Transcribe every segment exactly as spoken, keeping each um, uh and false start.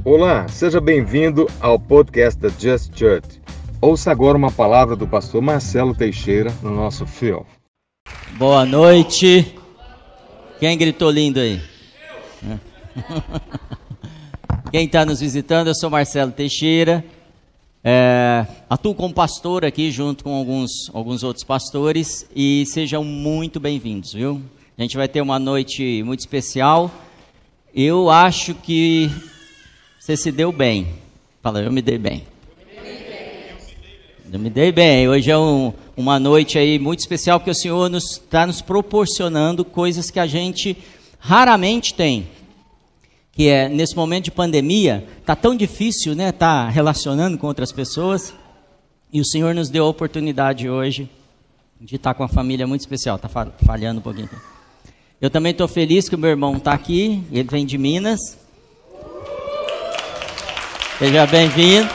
Olá, seja bem-vindo ao podcast da Just Church. Ouça agora uma palavra do pastor Marcelo Teixeira no nosso fio. Boa noite. Quem gritou lindo aí? Quem está nos visitando, eu sou Marcelo Teixeira. É, atuo como pastor aqui junto com alguns, alguns outros pastores e sejam muito bem-vindos, viu? A gente vai ter uma noite muito especial. Eu acho que você se deu bem. Fala, eu me dei bem. Eu me dei bem. Hoje é um, uma noite aí muito especial porque o Senhor nos, está nos proporcionando coisas que a gente raramente tem. Que é, nesse momento de pandemia, está tão difícil, né, estar tá relacionando com outras pessoas. E o Senhor nos deu a oportunidade hoje de estar tá com uma família muito especial. Está falhando um pouquinho aqui. Eu também estou feliz que o meu irmão está aqui. Ele vem de Minas. Seja bem-vindo.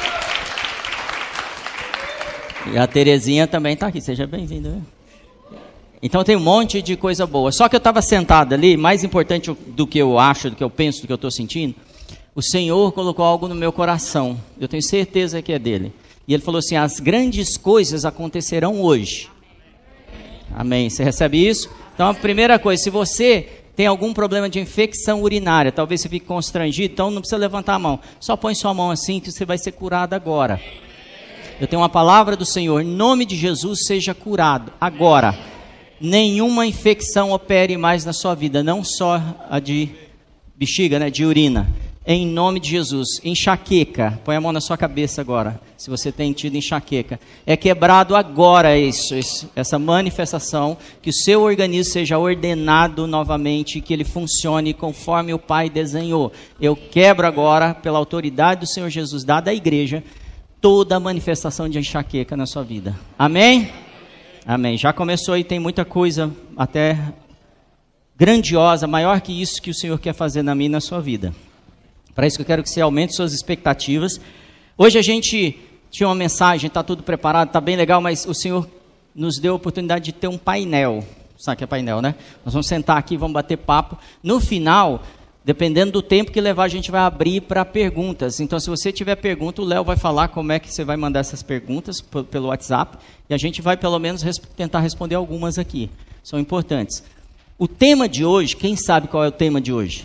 E a Terezinha também está aqui. Seja bem-vinda. Então tem um monte de coisa boa. Só que eu estava sentado ali, mais importante do que eu acho, do que eu penso, do que eu estou sentindo, o Senhor colocou algo no meu coração. Eu tenho certeza que é dele. E ele falou assim, as grandes coisas acontecerão hoje. Amém. Você recebe isso? Então a primeira coisa, se você tem algum problema de infecção urinária, talvez você fique constrangido, então não precisa levantar a mão. Só põe sua mão assim que você vai ser curado agora. Eu tenho uma palavra do Senhor, em nome de Jesus, seja curado agora. Nenhuma infecção opere mais na sua vida, não só a de bexiga, né, de urina. Em nome de Jesus, enxaqueca, põe a mão na sua cabeça agora, se você tem tido enxaqueca. É quebrado agora isso, isso, essa manifestação, que o seu organismo seja ordenado novamente, que ele funcione conforme o Pai desenhou. Eu quebro agora, pela autoridade do Senhor Jesus, dada à igreja, toda a manifestação de enxaqueca na sua vida. Amém? Amém. Já começou e tem muita coisa até grandiosa, maior que isso que o Senhor quer fazer na minha e na sua vida. Para isso que eu quero que você aumente suas expectativas. Hoje a gente tinha uma mensagem, está tudo preparado, está bem legal, mas o Senhor nos deu a oportunidade de ter um painel. Sabe o que é painel, né? Nós vamos sentar aqui, vamos bater papo. No final, dependendo do tempo que levar, a gente vai abrir para perguntas. Então, se você tiver pergunta, o Léo vai falar como é que você vai mandar essas perguntas p- pelo WhatsApp. E a gente vai, pelo menos, res- tentar responder algumas aqui. São importantes. O tema de hoje, quem sabe qual é o tema de hoje?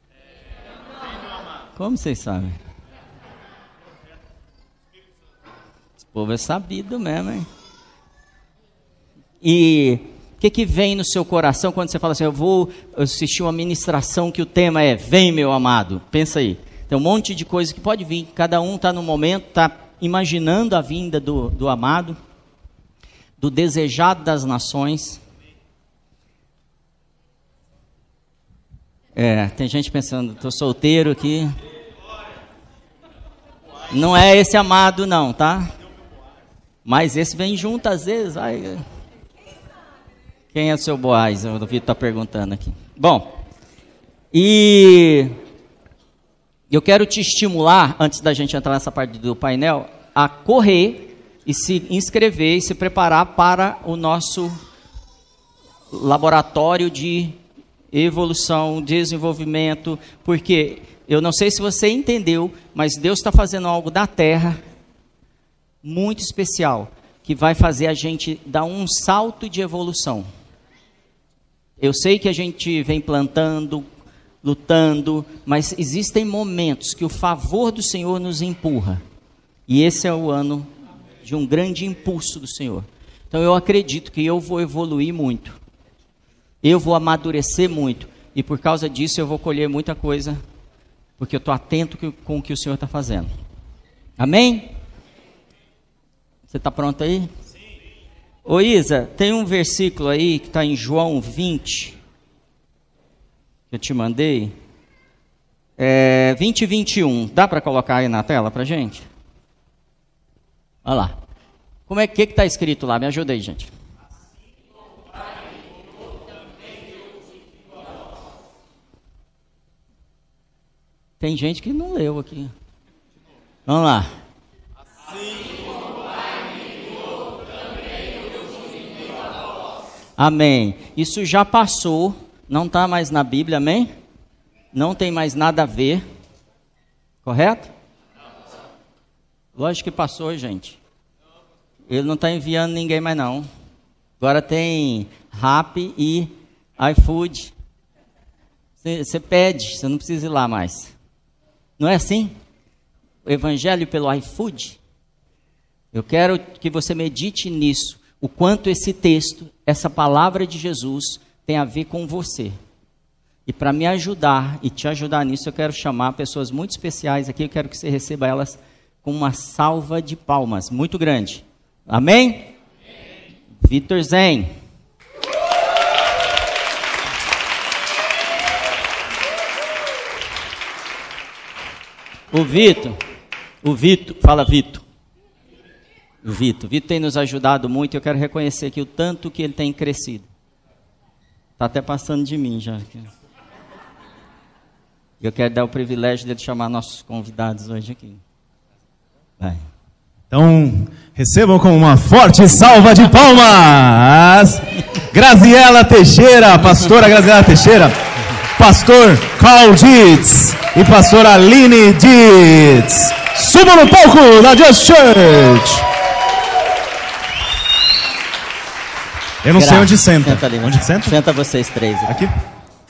Como vocês sabem? Esse povo é sabido mesmo, hein? E o que, que vem no seu coração quando você fala assim, eu vou assistir uma ministração que o tema é, vem meu amado, pensa aí. Tem um monte de coisa que pode vir, cada um está no momento, está imaginando a vinda do, do amado, do desejado das nações. É, tem gente pensando, estou solteiro aqui. Não é esse amado não, tá? Mas esse vem junto às vezes, ai... Quem é o seu Boaz? O Vitor está perguntando aqui. Bom, e eu quero te estimular, antes da gente entrar nessa parte do painel, a correr e se inscrever e se preparar para o nosso laboratório de evolução, desenvolvimento, porque eu não sei se você entendeu, mas Deus está fazendo algo da terra muito especial, que vai fazer a gente dar um salto de evolução. Eu sei que a gente vem plantando, lutando, mas existem momentos que o favor do Senhor nos empurra. E esse é o ano de um grande impulso do Senhor. Então eu acredito que eu vou evoluir muito. Eu vou amadurecer muito. E por causa disso eu vou colher muita coisa, porque eu estou atento com o que o Senhor está fazendo. Amém? Você está pronto aí? Ô Isa, tem um versículo aí que está em João vinte, que eu te mandei, é, vinte e vinte e um, dá para colocar aí na tela para gente? Olha lá, como é que está escrito lá? Me ajuda aí, gente. Tem gente que não leu aqui. Vamos lá. Amém. Isso já passou, não está mais na Bíblia, amém? Não tem mais nada a ver Correto? Lógico que passou, gente. Ele não está enviando ninguém mais, não. Agora tem Rappi e iFood. Você pede, você não precisa ir lá mais. Não é assim? O evangelho pelo iFood. Eu quero que você medite nisso. O quanto esse texto, essa palavra de Jesus tem a ver com você. E para me ajudar e te ajudar nisso, eu quero chamar pessoas muito especiais aqui. Eu quero que você receba elas com uma salva de palmas muito grande. Amém? Amém. Vitor Zen. O Vitor, o Vitor, fala Vitor. O Vitor, o Vitor tem nos ajudado muito. Eu quero reconhecer aqui o tanto que ele tem crescido. Está até passando de mim já. Eu quero dar o privilégio de chamar nossos convidados hoje aqui. Vai. Então, recebam com uma forte salva de palmas, Graziela Teixeira, pastora Graziela Teixeira, pastor Carl Dietz e pastora Aline Dietz. Subam no palco da Just Church. Eu não Gra sei onde senta. Senta ali, onde senta? Senta vocês três. Aqui. aqui.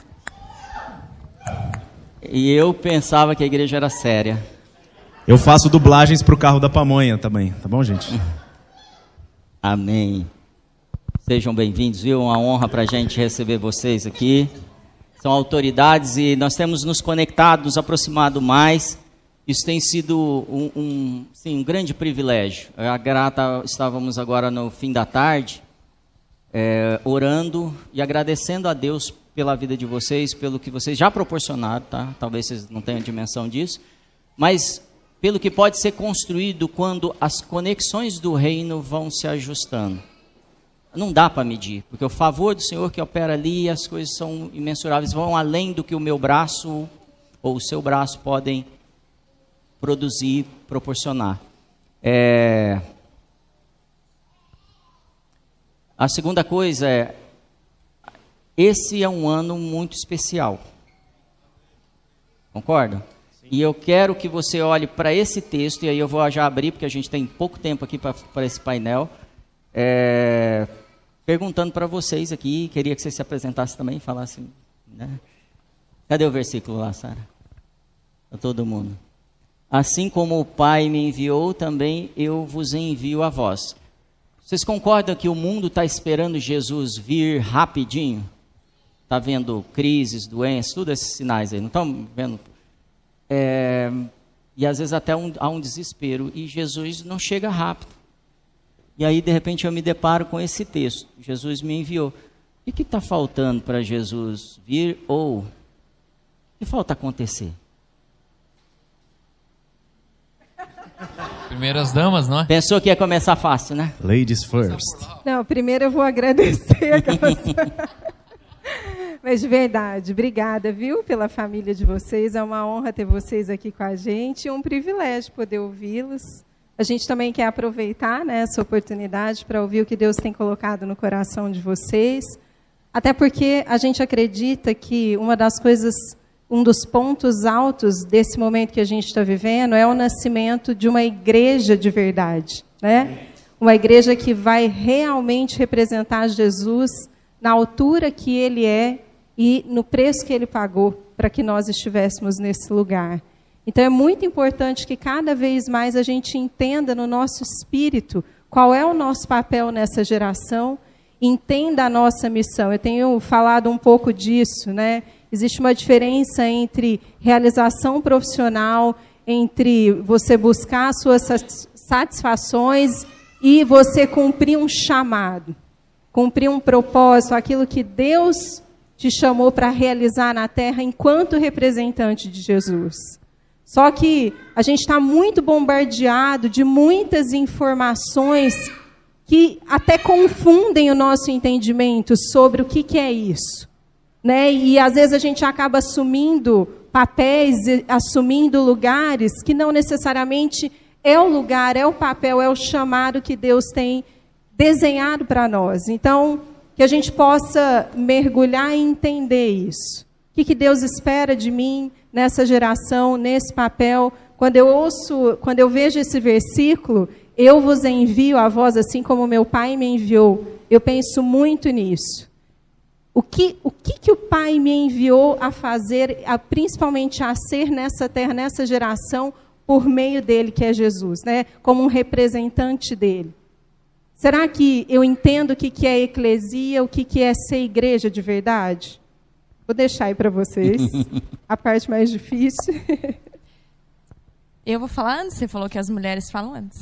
E eu pensava que a igreja era séria. Eu faço dublagens para o carro da pamonha também, tá bom, gente? Amém. Sejam bem-vindos, viu? Uma honra para a gente receber vocês aqui. São autoridades e nós temos nos conectado, nos aproximado mais. Isso tem sido um, um, sim, um grande privilégio. A Grata, estávamos agora no fim da tarde, é, orando e agradecendo a Deus pela vida de vocês, pelo que vocês já proporcionaram, tá? Talvez vocês não tenham dimensão disso, mas pelo que pode ser construído quando as conexões do reino vão se ajustando. Não dá para medir, porque o favor do Senhor que opera ali, as coisas são imensuráveis, vão além do que o meu braço ou o seu braço podem produzir, proporcionar. É... A segunda coisa é, esse é um ano muito especial. Concorda? E eu quero que você olhe para esse texto, e aí eu vou já abrir, porque a gente tem pouco tempo aqui para esse painel, é, perguntando para vocês aqui, queria que você se apresentasse também e falasse, né? Cadê o versículo lá, Sara? Para todo mundo. Assim como o Pai me enviou, também eu vos envio a vós. Vocês concordam que o mundo está esperando Jesus vir rapidinho? Está vendo crises, doenças, tudo esses sinais aí, não estão vendo? É, e às vezes até um, há um desespero, e Jesus não chega rápido. E aí de repente eu me deparo com esse texto, Jesus me enviou. O que está faltando para Jesus vir, ou o que falta acontecer? Primeiras damas, não é? Pensou que ia começar fácil, né? Ladies first. Não, primeiro eu vou agradecer aquelas... Mas de verdade, obrigada, viu, pela família de vocês. É uma honra ter vocês aqui com a gente e um privilégio poder ouvi-los. A gente também quer aproveitar, né, essa oportunidade para ouvir o que Deus tem colocado no coração de vocês. Até porque a gente acredita que uma das coisas, um dos pontos altos desse momento que a gente está vivendo é o nascimento de uma igreja de verdade, né? Uma igreja que vai realmente representar Jesus na altura que Ele é e no preço que Ele pagou para que nós estivéssemos nesse lugar. Então é muito importante que cada vez mais a gente entenda no nosso espírito qual é o nosso papel nessa geração, entenda a nossa missão. Eu tenho falado um pouco disso, né? Existe uma diferença entre realização profissional, entre você buscar suas satisfações e você cumprir um chamado, cumprir um propósito, aquilo que Deus te chamou para realizar na terra enquanto representante de Jesus. Só que a gente está muito bombardeado de muitas informações que até confundem o nosso entendimento sobre o que, que é isso, né? E às vezes a gente acaba assumindo papéis, assumindo lugares que não necessariamente é o lugar, é o papel, é o chamado que Deus tem desenhado para nós. Então, que a gente possa mergulhar e entender isso. O que, que Deus espera de mim nessa geração, nesse papel, quando eu ouço, quando eu vejo esse versículo, eu vos envio a vós assim como meu Pai me enviou, eu penso muito nisso. O que, o que, que o Pai me enviou a fazer, a, principalmente a ser nessa terra, nessa geração, por meio dele, que é Jesus, né? Como um representante dele. Será que eu entendo o que, que é eclesia, o que, que é ser igreja de verdade? Vou deixar aí para vocês a parte mais difícil. Eu vou falar antes, você falou que as mulheres falam antes.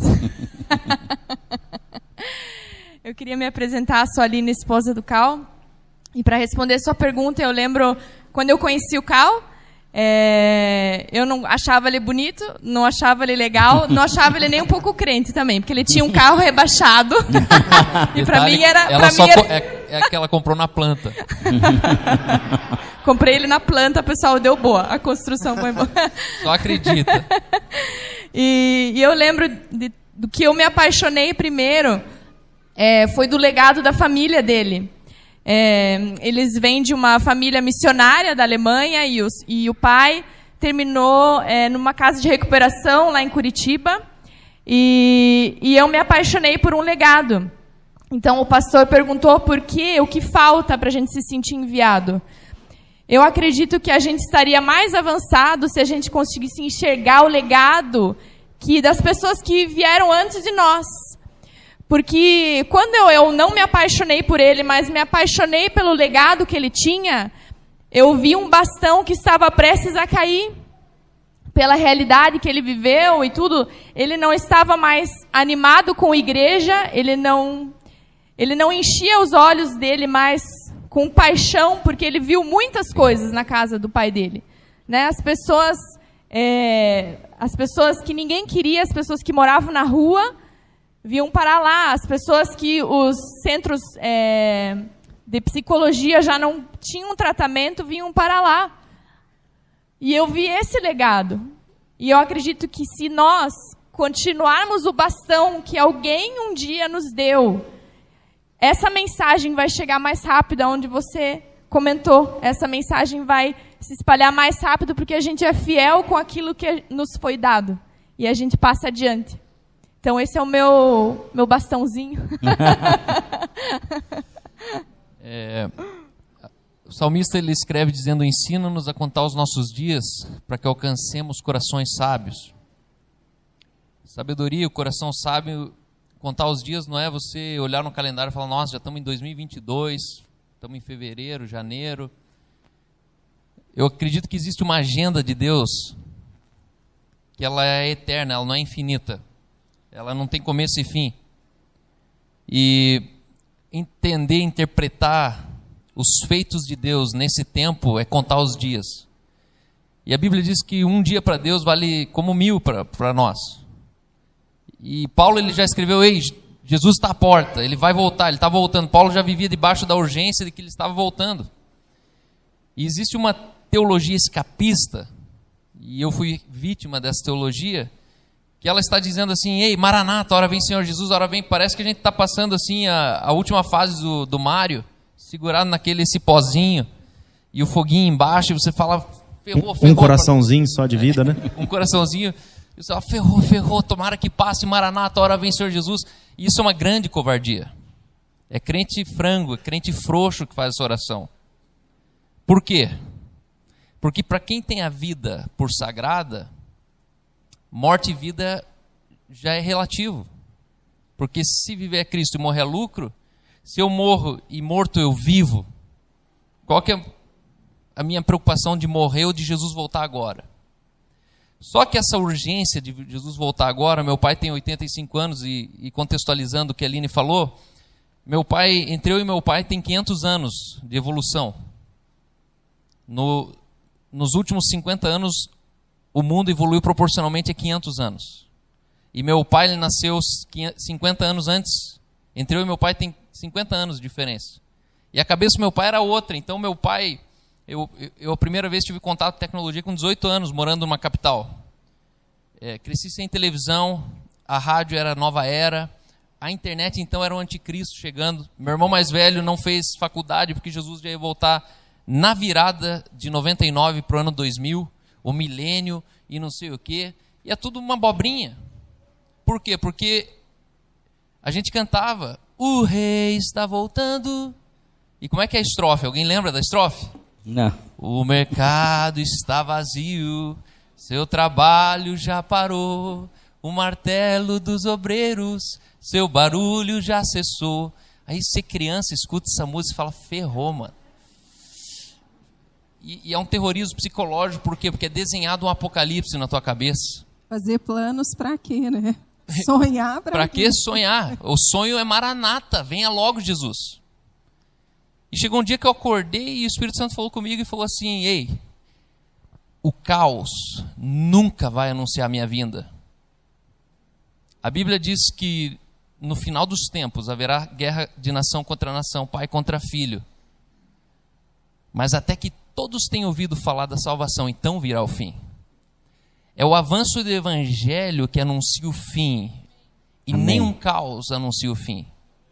Eu queria me apresentar, sou a Aline, esposa do Cal. E para responder sua pergunta, eu lembro quando eu conheci o Cal, é, eu não achava ele bonito, não achava ele legal, não achava ele nem um pouco crente também, porque ele tinha um carro rebaixado. E para mim era... Ela só mim era... É, é que ela comprou na planta. Comprei ele na planta, pessoal, deu boa. A construção foi boa. Só acredita. E, e eu lembro de, do que eu me apaixonei primeiro, é, foi do legado da família dele. É, eles vêm de uma família missionária da Alemanha e, os, e o pai terminou é, numa casa de recuperação lá em Curitiba. E, e eu me apaixonei por um legado. Então o pastor perguntou por quê, o que falta para a gente se sentir enviado. Eu acredito que a gente estaria mais avançado se a gente conseguisse enxergar o legado que, das pessoas que vieram antes de nós. Porque quando eu, eu não me apaixonei por ele, mas me apaixonei pelo legado que ele tinha, eu vi um bastão que estava prestes a cair. Pela realidade que ele viveu e tudo, ele não estava mais animado com a igreja, ele não, ele não enchia os olhos dele mais com paixão, porque ele viu muitas coisas na casa do pai dele. Né? As pessoas, é, as pessoas que ninguém queria, as pessoas que moravam na rua, vinham para lá. As pessoas que os centros é, de psicologia já não tinham tratamento, vinham para lá. E eu vi esse legado. E eu acredito que se nós continuarmos o bastão que alguém um dia nos deu, essa mensagem vai chegar mais rápido aonde você comentou. Essa mensagem vai se espalhar mais rápido porque a gente é fiel com aquilo que nos foi dado. E a gente passa adiante. Então esse é o meu, meu bastãozinho. é... O salmista ele escreve dizendo: ensina-nos a contar os nossos dias para que alcancemos corações sábios. Sabedoria, o coração sábio, contar os dias não é você olhar no calendário e falar: nossa, já estamos em dois mil e vinte e dois, estamos em fevereiro, janeiro. Eu acredito que existe uma agenda de Deus que ela é eterna, ela não é infinita. Ela não tem começo e fim. E entender, interpretar os feitos de Deus nesse tempo é contar os dias. E a Bíblia diz que um dia para Deus vale como mil para nós. E Paulo ele já escreveu: ei, Jesus está à porta, ele vai voltar, ele está voltando. Paulo já vivia debaixo da urgência de que ele estava voltando. E existe uma teologia escapista, e eu fui vítima dessa teologia, que ela está dizendo assim: ei, Maranata, hora vem Senhor Jesus, hora vem. Parece que a gente está passando assim a, a última fase do, do Mário, segurado naquele cipózinho, e o foguinho embaixo, e você fala: ferrou, ferrou. Um coraçãozinho pra... só de vida, né? Um coraçãozinho, e você fala: ferrou, ferrou, tomara que passe, Maranata, hora vem Senhor Jesus. E isso é uma grande covardia. É crente frango, é crente frouxo que faz essa oração. Por quê? Porque para quem tem a vida por sagrada, morte e vida já é relativo. Porque se viver é Cristo e morrer é lucro, se eu morro e morto eu vivo, qual que é a minha preocupação de morrer ou de Jesus voltar agora? Só que essa urgência de Jesus voltar agora, meu pai tem oitenta e cinco anos e, e contextualizando o que a Aline falou, meu pai, entre eu e meu pai tem quinhentos anos de evolução. No, nos últimos cinquenta anos, o mundo evoluiu proporcionalmente a quinhentos anos. E meu pai ele nasceu cinquenta anos antes. Entre eu e meu pai tem cinquenta anos de diferença. E a cabeça do meu pai era outra. Então, meu pai... Eu, eu a primeira vez tive contato com tecnologia com dezoito anos, morando numa capital. É, cresci sem televisão, a rádio era nova era, a internet, então, era o anticristo chegando. Meu irmão mais velho não fez faculdade, porque Jesus já ia voltar na virada de noventa e nove para o ano dois mil, o milênio e não sei o quê. E é tudo uma abobrinha. Por quê? Porque a gente cantava, o rei está voltando. E como é que é a estrofe? Alguém lembra da estrofe? Não. O mercado está vazio, seu trabalho já parou, o martelo dos obreiros, seu barulho já cessou. Aí você criança, escuta essa música e fala, ferrou, mano. E, e é um terrorismo psicológico, por quê? Porque é desenhado um apocalipse na tua cabeça. Fazer planos para quê, né? Sonhar para Para quê? que sonhar? O sonho é Maranata, venha logo Jesus. E chegou um dia que eu acordei e o Espírito Santo falou comigo e falou assim, ei, o caos nunca vai anunciar a minha vinda. A Bíblia diz que no final dos tempos haverá guerra de nação contra nação, pai contra filho. Mas até que todos tenham ouvido falar da salvação, então virá o fim. É o avanço do evangelho que anuncia o fim. E Amém. nenhum caos anuncia o fim.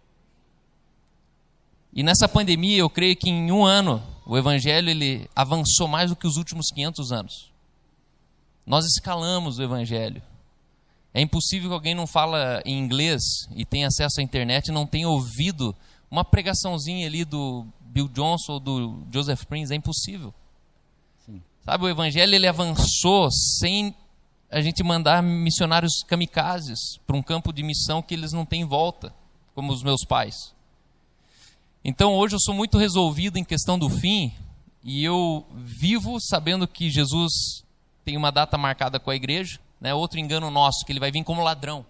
E nessa pandemia, eu creio que em um ano, o evangelho ele avançou mais do que os últimos quinhentos anos. Nós escalamos o evangelho. É impossível que alguém não fala em inglês e tenha acesso à internet e não tenha ouvido uma pregaçãozinha ali do Bill Johnson ou do Joseph Prince. É impossível. Sim. Sabe, o evangelho ele avançou sem a gente mandar missionários kamikazes para um campo de missão que eles não têm volta, como os meus pais. Então hoje eu sou muito resolvido em questão do fim e eu vivo sabendo que Jesus tem uma data marcada com a igreja, né? Outro engano nosso, que ele vai vir como ladrão.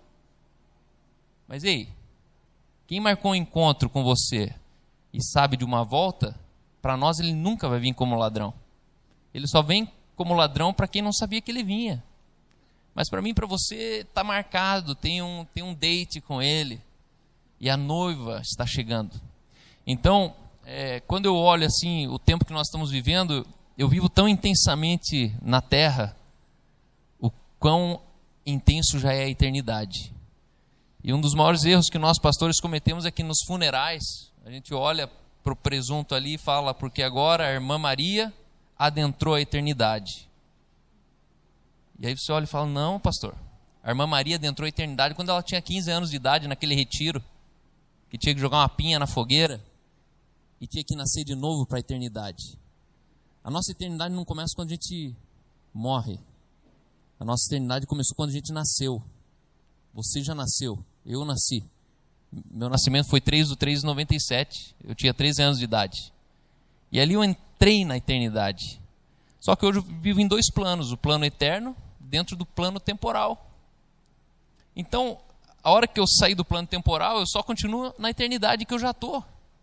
Mas ei, quem marcou um encontro com você e sabe de uma volta, para nós ele nunca vai vir como ladrão. Ele só vem como ladrão para quem não sabia que ele vinha. Mas para mim, para você, está marcado, tem um, tem um date com ele e a noiva está chegando. Então, é, quando eu olho assim o tempo que nós estamos vivendo, eu vivo tão intensamente na terra, o quão intenso já é a eternidade. E um dos maiores erros que nós pastores cometemos é que nos funerais, a gente olha para o presunto ali e fala, porque agora a irmã Maria adentrou a eternidade. E aí você olha e fala, não, pastor, a irmã Maria adentrou a eternidade quando ela tinha quinze anos de idade, naquele retiro, que tinha que jogar uma pinha na fogueira, e tinha que nascer de novo para a eternidade. A nossa eternidade não começa quando a gente morre. A nossa eternidade começou quando a gente nasceu. Você já nasceu, eu nasci. Meu nascimento foi três de três de noventa e sete, eu tinha treze anos de idade. E ali eu entrei na eternidade. Só que hoje eu vivo em dois planos, o plano eterno dentro do plano temporal. Então, a hora que eu sair do plano temporal, eu só continuo na eternidade que eu já estou.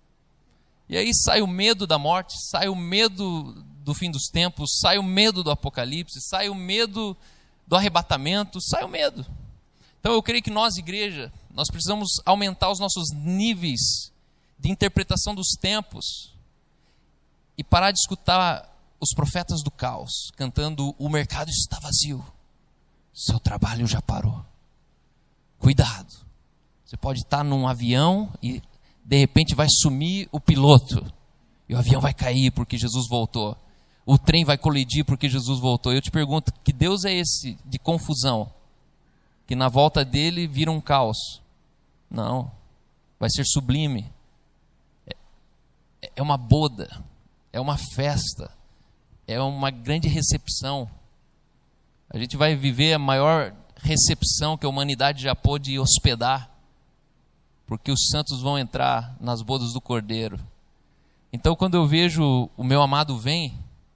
E aí sai o medo da morte, sai o medo do fim dos tempos, sai o medo do apocalipse, sai o medo do arrebatamento, sai o medo. Então eu creio que nós, igreja, nós precisamos aumentar os nossos níveis de interpretação dos tempos e parar de escutar os profetas do caos, cantando, o mercado está vazio, seu trabalho já parou. Cuidado, você pode estar num avião e de repente vai sumir o piloto, e o avião vai cair porque Jesus voltou, o trem vai colidir porque Jesus voltou. Eu te pergunto, que Deus é esse de confusão, que na volta dele vira um caos? Não, vai ser sublime, é, é uma boda, é uma festa, é uma grande recepção. A gente vai viver a maior recepção que a humanidade já pôde hospedar, porque os santos vão entrar nas bodas do Cordeiro. Então, quando eu vejo o meu amado vem,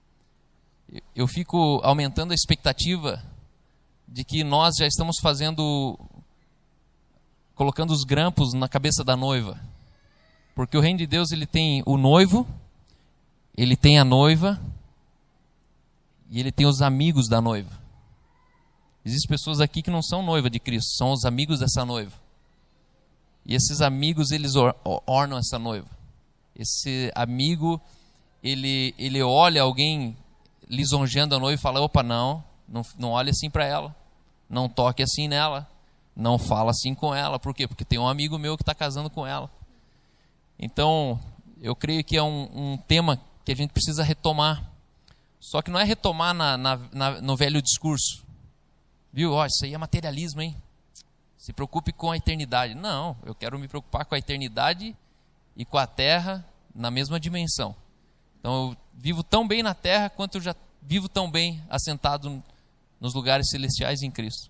eu fico aumentando a expectativa de que nós já estamos fazendo, colocando os grampos na cabeça da noiva. Porque o reino de Deus, ele tem o noivo, ele tem a noiva, e ele tem os amigos da noiva. Existem pessoas aqui que não são noiva de Cristo, são os amigos dessa noiva. E esses amigos, eles or, ornam essa noiva. Esse amigo, ele, ele olha alguém lisonjeando a noiva e fala, opa, não, não, não olhe assim para ela, não toque assim nela, não fala assim com ela. Por quê? Porque tem um amigo meu que está casando com ela. Então, eu creio que é um, um tema que a gente precisa retomar. Só que não é retomar na, na, na, no velho discurso, viu, ó, isso aí é materialismo, hein? Se preocupe com a eternidade. Não, eu quero me preocupar com a eternidade e com a terra na mesma dimensão. Então eu vivo tão bem na terra quanto eu já vivo tão bem assentado nos lugares celestiais em Cristo.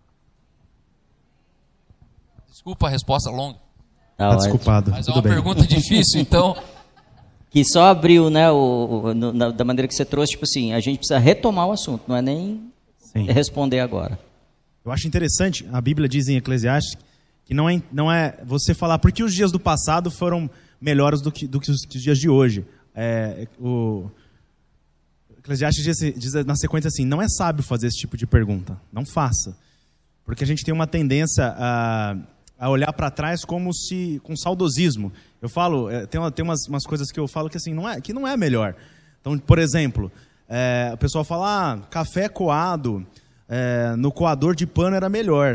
Desculpa a resposta longa. Tá desculpado. Mas é uma pergunta difícil, então... Que só abriu, né, o, o, no, na, da maneira que você trouxe, tipo assim, a gente precisa retomar o assunto, não é nem Sim. responder agora. Eu acho interessante, a Bíblia diz em Eclesiastes, que não é, não é você falar porque os dias do passado foram melhores do que, do que, os, que os dias de hoje. É, o Eclesiastes diz, diz na sequência assim, não é sábio fazer esse tipo de pergunta, não faça. Porque a gente tem uma tendência a... a olhar para trás como se com saudosismo. Eu falo, é, tem, uma, tem umas, umas coisas que eu falo que assim não é, que não é melhor. Então, por exemplo, é, o pessoal fala, ah, café coado é, no coador de pano era melhor.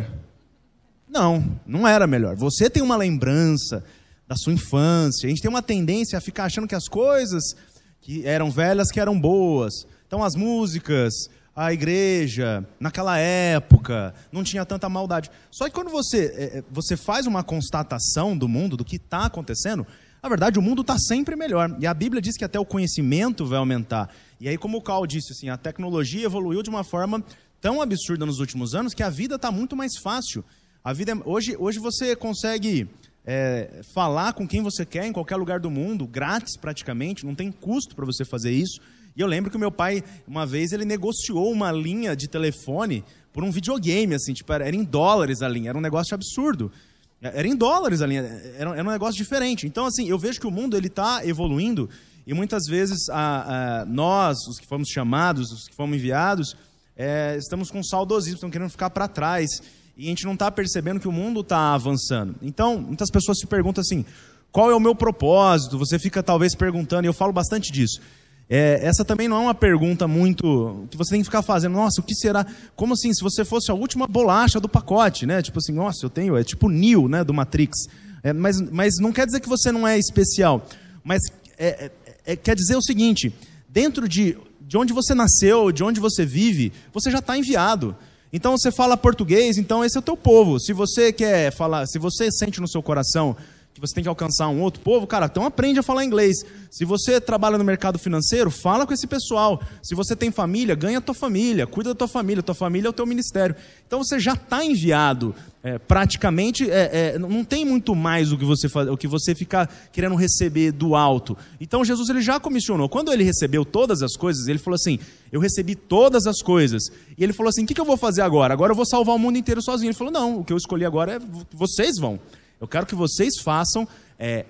Não, não era melhor. Você tem uma lembrança da sua infância. A gente tem uma tendência a ficar achando que as coisas que eram velhas que eram boas. Então, as músicas, a igreja, naquela época, não tinha tanta maldade. Só que quando você, você faz uma constatação do mundo, do que está acontecendo, na verdade o mundo está sempre melhor. E a Bíblia diz que até o conhecimento vai aumentar. E aí, como o Carl disse, assim, a tecnologia evoluiu de uma forma tão absurda nos últimos anos que a vida está muito mais fácil. A vida é, hoje, hoje você consegue é, falar com quem você quer em qualquer lugar do mundo, grátis praticamente, não tem custo para você fazer isso. E eu lembro que o meu pai, uma vez, ele negociou uma linha de telefone por um videogame, assim, tipo, era, era em dólares a linha, era um negócio absurdo. Era em dólares a linha, era, era um negócio diferente. Então, assim, eu vejo que o mundo ele está evoluindo e muitas vezes a, a, nós, os que fomos chamados, os que fomos enviados, é, estamos com saudosismo, estamos querendo ficar para trás e a gente não está percebendo que o mundo está avançando. Então, muitas pessoas se perguntam assim, qual é o meu propósito? Você fica talvez perguntando, e eu falo bastante disso. É, essa também não é uma pergunta muito que você tem que ficar fazendo, nossa, o que será? Como assim, se você fosse a última bolacha do pacote, né? Tipo assim, nossa, eu tenho, é tipo Neo, né, do Matrix. É, mas, mas não quer dizer que você não é especial. Mas é, é, é, quer dizer o seguinte, dentro de, de onde você nasceu, de onde você vive, você já está enviado. Então você fala português, então esse é o teu povo. Se você quer falar, se você sente no seu coração que você tem que alcançar um outro povo, cara, então aprende a falar inglês. Se você trabalha no mercado financeiro, fala com esse pessoal. Se você tem família, ganha a tua família, cuida da tua família, tua família é o teu ministério. Então você já está enviado, é, praticamente, é, é, não tem muito mais o que você faz, o que você ficar querendo receber do alto. Então Jesus ele já comissionou. Quando ele recebeu todas as coisas, ele falou assim, eu recebi todas as coisas. E ele falou assim, o que, que eu vou fazer agora? Agora eu vou salvar o mundo inteiro sozinho. Ele falou, não, o que eu escolhi agora é vocês vão. Eu quero que vocês façam é,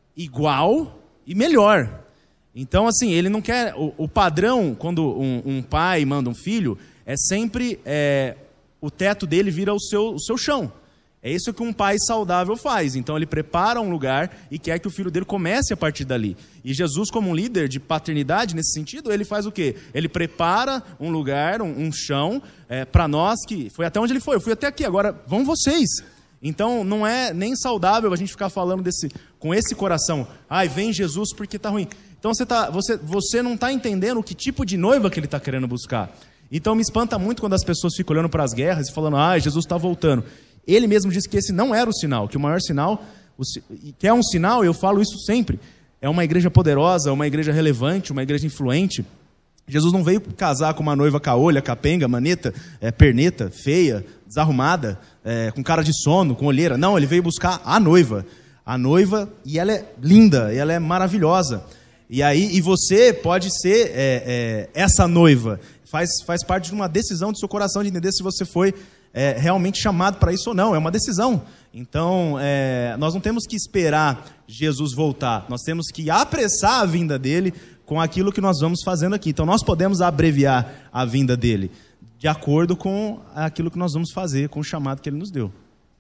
igual e melhor. Então, assim, ele não quer... O, o padrão, quando um, um pai manda um filho, é sempre... É, o teto dele vira o seu, o seu chão. É isso que um pai saudável faz. Então, ele prepara um lugar e quer que o filho dele comece a partir dali. E Jesus, como um líder de paternidade, nesse sentido, ele faz o quê? Ele prepara um lugar, um, um chão, é, para nós que... Foi até onde ele foi. Eu fui até aqui, agora vão vocês... Então, não é nem saudável a gente ficar falando desse, com esse coração. Ai, vem Jesus porque está ruim. Então, você, tá, você, você não está entendendo que tipo de noiva que ele está querendo buscar. Então, me espanta muito quando as pessoas ficam olhando para as guerras e falando, ai, Jesus está voltando. Ele mesmo disse que esse não era o sinal, que o maior sinal, o, que é um sinal, eu falo isso sempre, é uma igreja poderosa, uma igreja relevante, uma igreja influente. Jesus não veio casar com uma noiva caolha, capenga, maneta, é, perneta, feia, desarrumada, é, com cara de sono, com olheira. Não, ele veio buscar a noiva. A noiva, e ela é linda, e ela é maravilhosa. E aí, e você pode ser é, é, essa noiva. Faz, faz parte de uma decisão do seu coração de entender se você foi é, realmente chamado para isso ou não. É uma decisão. Então, é, nós não temos que esperar Jesus voltar. Nós temos que apressar a vinda dele com aquilo que nós vamos fazendo aqui. Então, nós podemos abreviar a vinda dele de acordo com aquilo que nós vamos fazer, com o chamado que ele nos deu.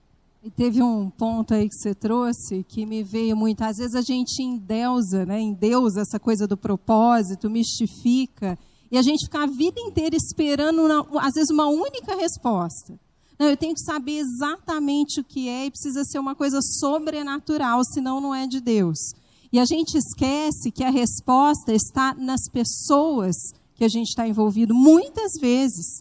E teve um ponto aí que você trouxe que me veio muito. Às vezes a gente endeusa, né, endeusa essa coisa do propósito, mistifica, e a gente fica a vida inteira esperando, uma, às vezes, uma única resposta. Não, eu tenho que saber exatamente o que é e precisa ser uma coisa sobrenatural, senão não é de Deus. E a gente esquece que a resposta está nas pessoas que a gente está envolvido. Muitas vezes,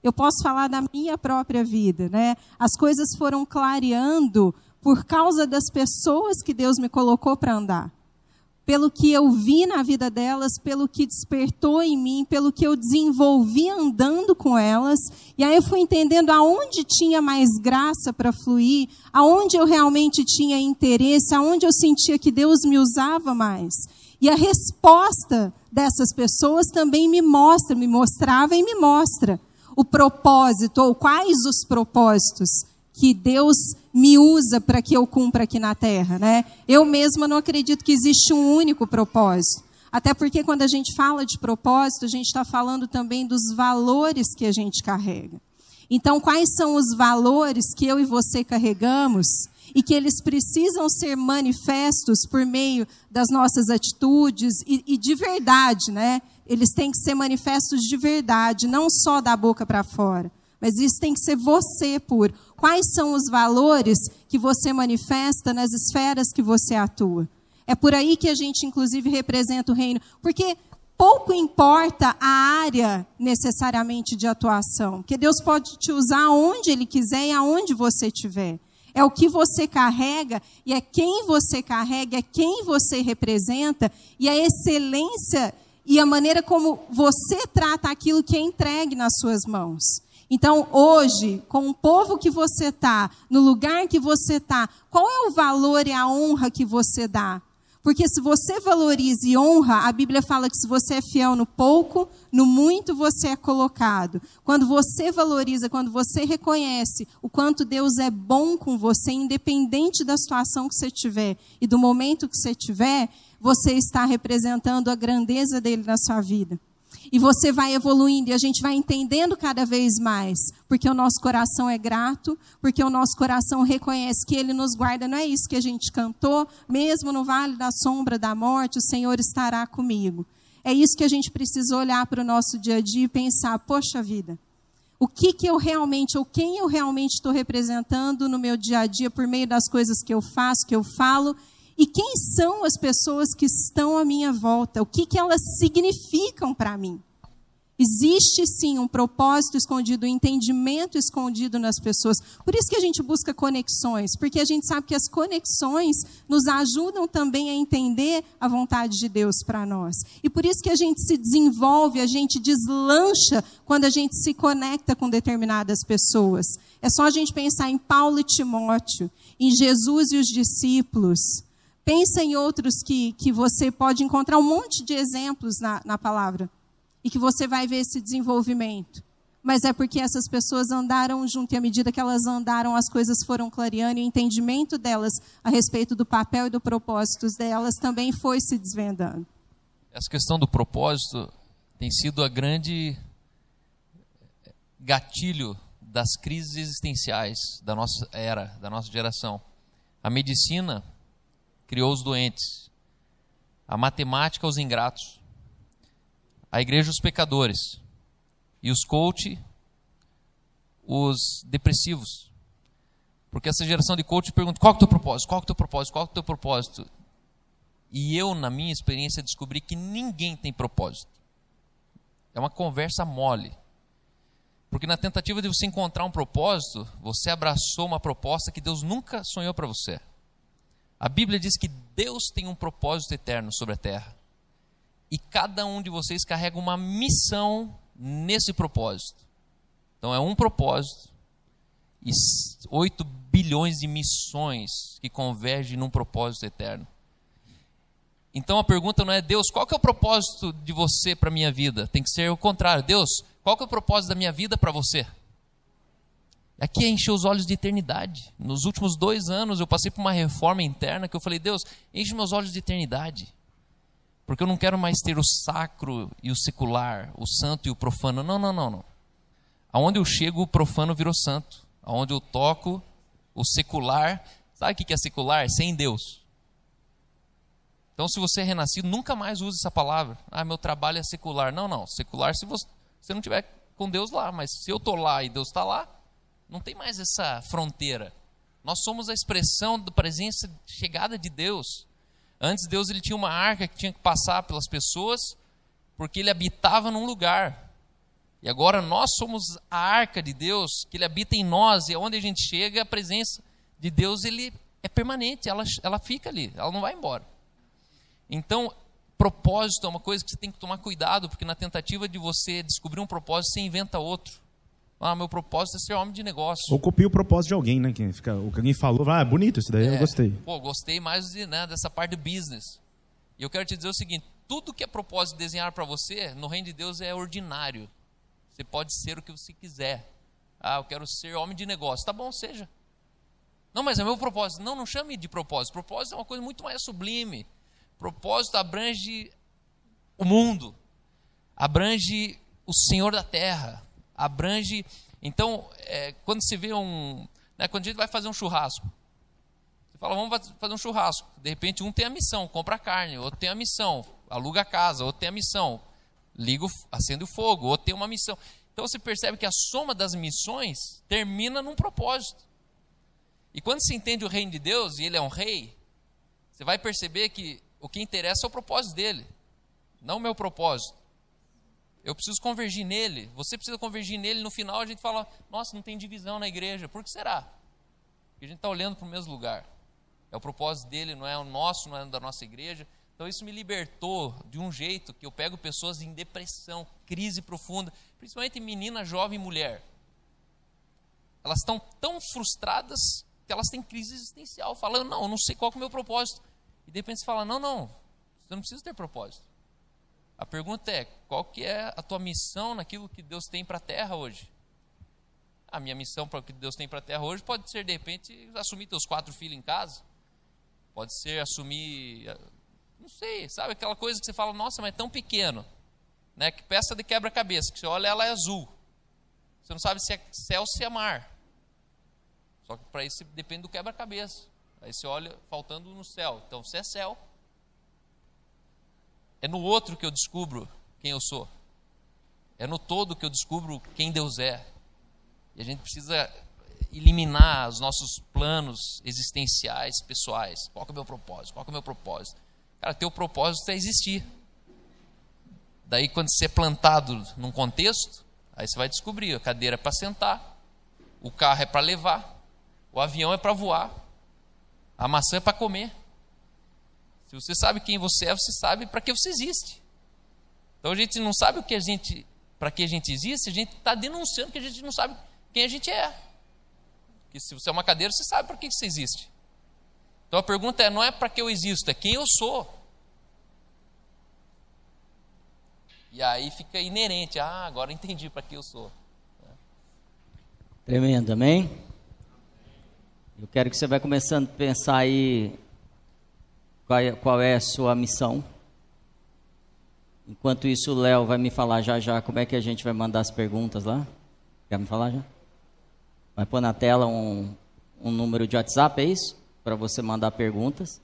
eu posso falar da minha própria vida, né? As coisas foram clareando por causa das pessoas que Deus me colocou para andar. Pelo que eu vi na vida delas, pelo que despertou em mim, pelo que eu desenvolvi andando com elas. E aí eu fui entendendo aonde tinha mais graça para fluir, aonde eu realmente tinha interesse, aonde eu sentia que Deus me usava mais. E a resposta dessas pessoas também me mostra, me mostrava e me mostra o propósito, ou quais os propósitos que Deus me usa para que eu cumpra aqui na Terra, né? Eu mesma não acredito que existe um único propósito. Até porque quando a gente fala de propósito, a gente está falando também dos valores que a gente carrega. Então, quais são os valores que eu e você carregamos e que eles precisam ser manifestos por meio das nossas atitudes e, e de verdade, né? Eles têm que ser manifestos de verdade, não só da boca para fora. Mas isso tem que ser você puro. Quais são os valores que você manifesta nas esferas que você atua? É por aí que a gente, inclusive, representa o reino. Porque pouco importa a área, necessariamente, de atuação. Porque Deus pode te usar onde Ele quiser e aonde você estiver. É o que você carrega, e é quem você carrega, é quem você representa, e a excelência e a maneira como você trata aquilo que é entregue nas suas mãos. Então, hoje, com o povo que você está, no lugar que você está, qual é o valor e a honra que você dá? Porque se você valoriza e honra, a Bíblia fala que se você é fiel no pouco, no muito você é colocado. Quando você valoriza, quando você reconhece o quanto Deus é bom com você, independente da situação que você tiver e do momento que você tiver, você está representando a grandeza dele na sua vida. E você vai evoluindo e a gente vai entendendo cada vez mais, porque o nosso coração é grato, porque o nosso coração reconhece que Ele nos guarda. Não é isso que a gente cantou? Mesmo no vale da sombra da morte, o Senhor estará comigo. É isso que a gente precisa olhar para o nosso dia a dia e pensar, poxa vida, o que, que eu realmente, ou quem eu realmente estou representando no meu dia a dia por meio das coisas que eu faço, que eu falo, e quem são as pessoas que estão à minha volta? O que, que elas significam para mim? Existe, sim, um propósito escondido, um entendimento escondido nas pessoas. Por isso que a gente busca conexões, porque a gente sabe que as conexões nos ajudam também a entender a vontade de Deus para nós. E por isso que a gente se desenvolve, a gente deslancha quando a gente se conecta com determinadas pessoas. É só a gente pensar em Paulo e Timóteo, em Jesus e os discípulos. Pensa em outros que, que você pode encontrar um monte de exemplos na, na palavra. E que você vai ver esse desenvolvimento. Mas é porque essas pessoas andaram junto, e à medida que elas andaram, as coisas foram clareando, e o entendimento delas a respeito do papel e do propósito delas também foi se desvendando. Essa questão do propósito tem sido a grande gatilho das crises existenciais da nossa era, da nossa geração. A medicina criou os doentes, a matemática os ingratos, a igreja os pecadores e os coach os depressivos. Porque essa geração de coach pergunta, qual é o teu propósito? Qual é o teu propósito? Qual é o teu propósito? E eu, na minha experiência, descobri que ninguém tem propósito. É uma conversa mole. Porque na tentativa de você encontrar um propósito, você abraçou uma proposta que Deus nunca sonhou para você. A Bíblia diz que Deus tem um propósito eterno sobre a terra. E cada um de vocês carrega uma missão nesse propósito. Então é um propósito e oito bilhões de missões que convergem num propósito eterno. Então a pergunta não é, Deus, qual que é o propósito de você para a minha vida? Tem que ser o contrário. Deus, qual que é o propósito da minha vida para você? Aqui é encher os olhos de eternidade. Nos últimos dois anos eu passei por uma reforma interna que eu falei, Deus, enche meus olhos de eternidade. Porque eu não quero mais ter o sacro e o secular, o santo e o profano. Não, não, não, não. Aonde eu chego, o profano virou santo. Aonde eu toco, o secular. Sabe o que é secular? É sem Deus. Então, se você é renascido, nunca mais use essa palavra. Ah, meu trabalho é secular. Não, não. Secular se você, você não estiver com Deus lá. Mas se eu estou lá e Deus está lá, não tem mais essa fronteira. Nós somos a expressão da presença chegada de Deus. Antes Deus ele tinha uma arca que tinha que passar pelas pessoas, porque ele habitava num lugar. E agora nós somos a arca de Deus, que Ele habita em nós, e onde a gente chega, a presença de Deus ele é permanente, ela, ela fica ali, ela não vai embora. Então, propósito é uma coisa que você tem que tomar cuidado, porque na tentativa de você descobrir um propósito, você inventa outro. Ah, meu propósito é ser homem de negócio. Ou copia o propósito de alguém, né? Que fica, o que alguém falou, ah, bonito isso daí, é, eu gostei. Pô, gostei mais de, né, dessa parte do business. E eu quero te dizer o seguinte, tudo que é propósito de desenhar para você, no reino de Deus é ordinário. Você pode ser o que você quiser. Ah, eu quero ser homem de negócio. Tá bom, seja. Não, mas é meu propósito. Não, não chame de propósito. Propósito é uma coisa muito mais sublime. Propósito abrange o mundo. Abrange o Senhor da terra. Abrange... Então, é, quando se vê um... Né, quando a gente vai fazer um churrasco, você fala, vamos fazer um churrasco. De repente, um tem a missão, compra carne. Outro tem a missão, aluga a casa. Outro tem a missão, liga, o, acende o fogo. Outro tem uma missão. Então, você percebe que a soma das missões termina num propósito. E quando se entende o reino de Deus, e ele é um rei, você vai perceber que o que interessa é o propósito dele, não o meu propósito. Eu preciso convergir nele, você precisa convergir nele. No final a gente fala, nossa, não tem divisão na igreja. Por que será? Porque a gente está olhando para o mesmo lugar. É o propósito dele, não é o nosso, não é da nossa igreja. Então isso me libertou de um jeito que eu pego pessoas em depressão, crise profunda, principalmente menina, jovem e mulher. Elas estão tão frustradas que elas têm crise existencial, falando, não, eu não sei qual que é o meu propósito. E de repente você fala, não, não, você não precisa ter propósito. A pergunta é, qual que é a tua missão naquilo que Deus tem para a terra hoje? A minha missão para o que Deus tem para a terra hoje pode ser, de repente, assumir teus quatro filhos em casa. Pode ser assumir, não sei, sabe aquela coisa que você fala, nossa, mas é tão pequeno, né? Que peça de quebra-cabeça, que você olha, ela é azul. Você não sabe se é céu ou se é mar. Só que para isso depende do quebra-cabeça. Aí você olha faltando no céu. Então, se é céu, é no outro que eu descubro quem eu sou. É no todo que eu descubro quem Deus é. E a gente precisa eliminar os nossos planos existenciais, pessoais. Qual que é o meu propósito? Qual que é o meu propósito? Cara, teu propósito é existir. Daí, quando você é plantado num contexto, aí você vai descobrir, a cadeira é para sentar, o carro é para levar, o avião é para voar, a maçã é para comer. Se você sabe quem você é, você sabe para que você existe. Então a gente não sabe o que a gente, para que a gente existe, a gente está denunciando que a gente não sabe quem a gente é. Porque se você é uma cadeira, você sabe para que você existe. Então a pergunta é, não é para que eu existo, é quem eu sou. E aí fica inerente, ah, agora entendi para que eu sou. Tremendo, amém? Eu quero que você vai começando a pensar aí qual é, qual é a sua missão. Enquanto isso, o Léo vai me falar já já como é que a gente vai mandar as perguntas lá. Quer me falar já? Vai pôr na tela um, um número de WhatsApp, é isso? Para você mandar perguntas.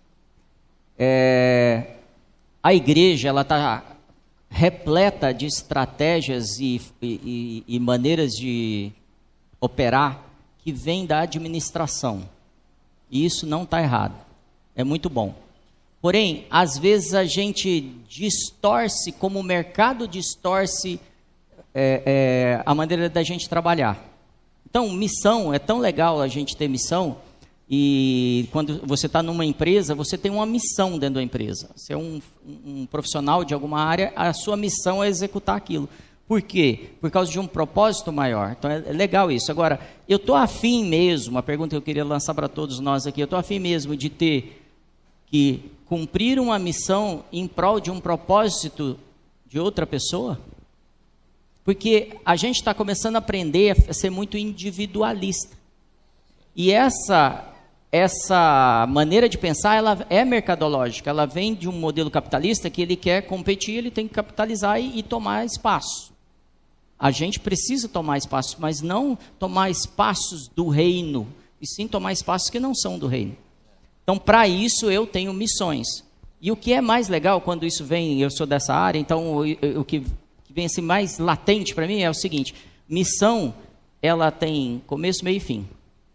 É, a igreja, ela está repleta de estratégias e, e, e maneiras de operar que vem da administração. E isso não está errado. É muito bom. Porém, às vezes a gente distorce, como o mercado distorce é, é, a maneira da gente trabalhar. Então, missão, é tão legal a gente ter missão. E quando você está numa empresa, você tem uma missão dentro da empresa. Você é um, um profissional de alguma área, a sua missão é executar aquilo. Por quê? Por causa de um propósito maior. Então é legal isso. Agora, eu estou afim mesmo, a pergunta que eu queria lançar para todos nós aqui, eu estou afim mesmo de ter que cumprir uma missão em prol de um propósito de outra pessoa? Porque a gente está começando a aprender a ser muito individualista. E essa, essa maneira de pensar, ela é mercadológica. Ela vem de um modelo capitalista que ele quer competir, ele tem que capitalizar e, e tomar espaço. A gente precisa tomar espaço, mas não tomar espaços do reino, e sim tomar espaços que não são do reino. Então, para isso, eu tenho missões. E o que é mais legal quando isso vem, eu sou dessa área, então o, o que, que vem assim mais latente para mim é o seguinte: missão, ela tem começo, meio e fim.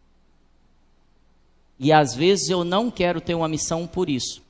E às vezes eu não quero ter uma missão por isso.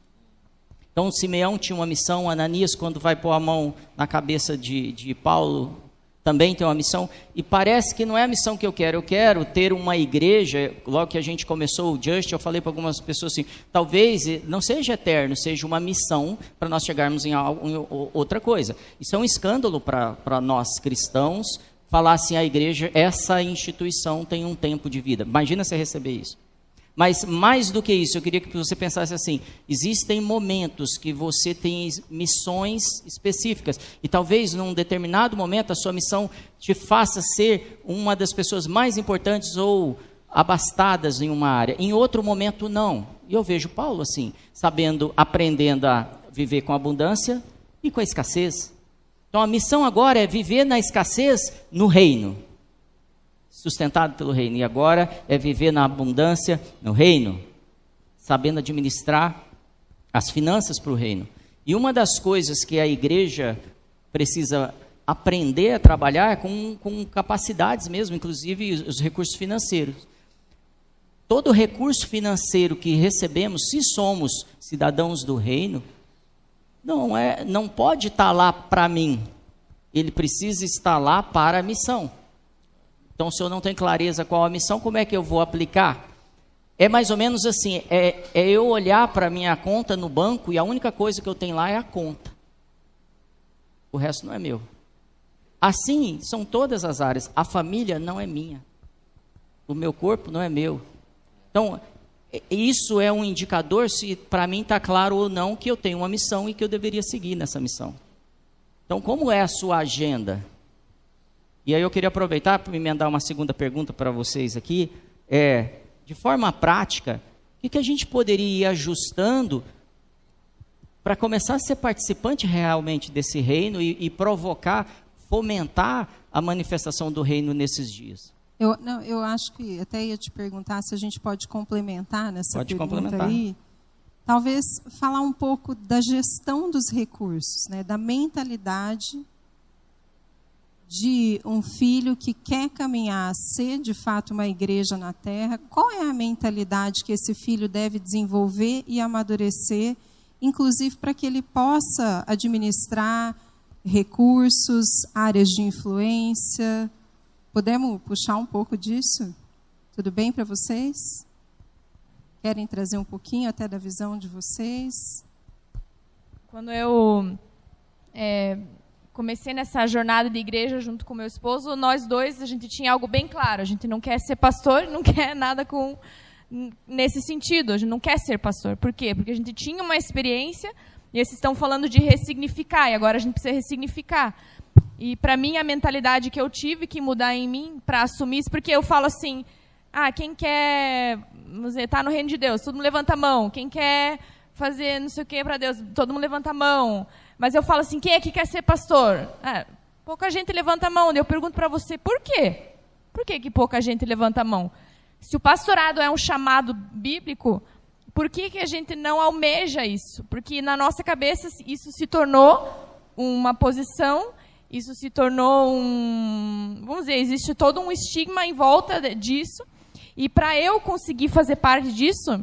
Então, Simeão tinha uma missão, Ananias, quando vai pôr a mão na cabeça de, de Paulo, também tem uma missão, e parece que não é a missão que eu quero. Eu quero ter uma igreja. Logo que a gente começou o Just, eu falei para algumas pessoas assim, talvez não seja eterno, seja uma missão para nós chegarmos em, algo, em outra coisa. Isso é um escândalo para nós cristãos, falar assim, a igreja, essa instituição tem um tempo de vida. Imagina você receber isso. Mas mais do que isso, eu queria que você pensasse assim, existem momentos que você tem missões específicas, e talvez num determinado momento a sua missão te faça ser uma das pessoas mais importantes ou abastadas em uma área, em outro momento não. E eu vejo Paulo assim, sabendo, aprendendo a viver com abundância e com a escassez. Então a missão agora é viver na escassez no reino, sustentado pelo reino, e agora é viver na abundância no reino, sabendo administrar as finanças para o reino. E uma das coisas que a igreja precisa aprender a trabalhar é com, com capacidades mesmo, inclusive os, os recursos financeiros. Todo recurso financeiro que recebemos, se somos cidadãos do reino, não, é, não pode estar lá para mim, ele precisa estar lá para a missão. Então, se eu não tenho clareza qual a missão, como é que eu vou aplicar? É mais ou menos assim, é, é eu olhar para a minha conta no banco e a única coisa que eu tenho lá é a conta. O resto não é meu. Assim, são todas as áreas. A família não é minha. O meu corpo não é meu. Então, isso é um indicador se para mim está claro ou não que eu tenho uma missão e que eu deveria seguir nessa missão. Então, como é a sua agenda? E aí eu queria aproveitar para me emendar uma segunda pergunta para vocês aqui. É, de forma prática, o que, que a gente poderia ir ajustando para começar a ser participante realmente desse reino e, e provocar, fomentar a manifestação do reino nesses dias? Eu, não, eu acho que até ia te perguntar se a gente pode complementar nessa pode pergunta complementar. aí. Talvez falar um pouco da gestão dos recursos, né, da mentalidade de um filho que quer caminhar a ser, de fato, uma igreja na terra. Qual é a mentalidade que esse filho deve desenvolver e amadurecer, inclusive para que ele possa administrar recursos, áreas de influência? Podemos puxar um pouco disso? Tudo bem para vocês? Querem trazer um pouquinho até da visão de vocês? Quando eu é, comecei nessa jornada de igreja junto com meu esposo, nós dois, a gente tinha algo bem claro. A gente não quer ser pastor, não quer nada com nesse sentido. A gente não quer ser pastor. Por quê? Porque a gente tinha uma experiência, e eles estão falando de ressignificar, e agora a gente precisa ressignificar. E para mim, a mentalidade que eu tive que mudar em mim para assumir isso, porque eu falo assim, ah, quem quer estar tá no reino de Deus, todo mundo levanta a mão. Quem quer fazer não sei o que para Deus, todo mundo levanta a mão. Mas eu falo assim, quem é que quer ser pastor? Ah, pouca gente levanta a mão. Eu pergunto para você, por quê? Por que, que pouca gente levanta a mão? Se o pastorado é um chamado bíblico, por que, que a gente não almeja isso? Porque na nossa cabeça isso se tornou uma posição, isso se tornou um... Vamos dizer, existe todo um estigma em volta disso. E para eu conseguir fazer parte disso,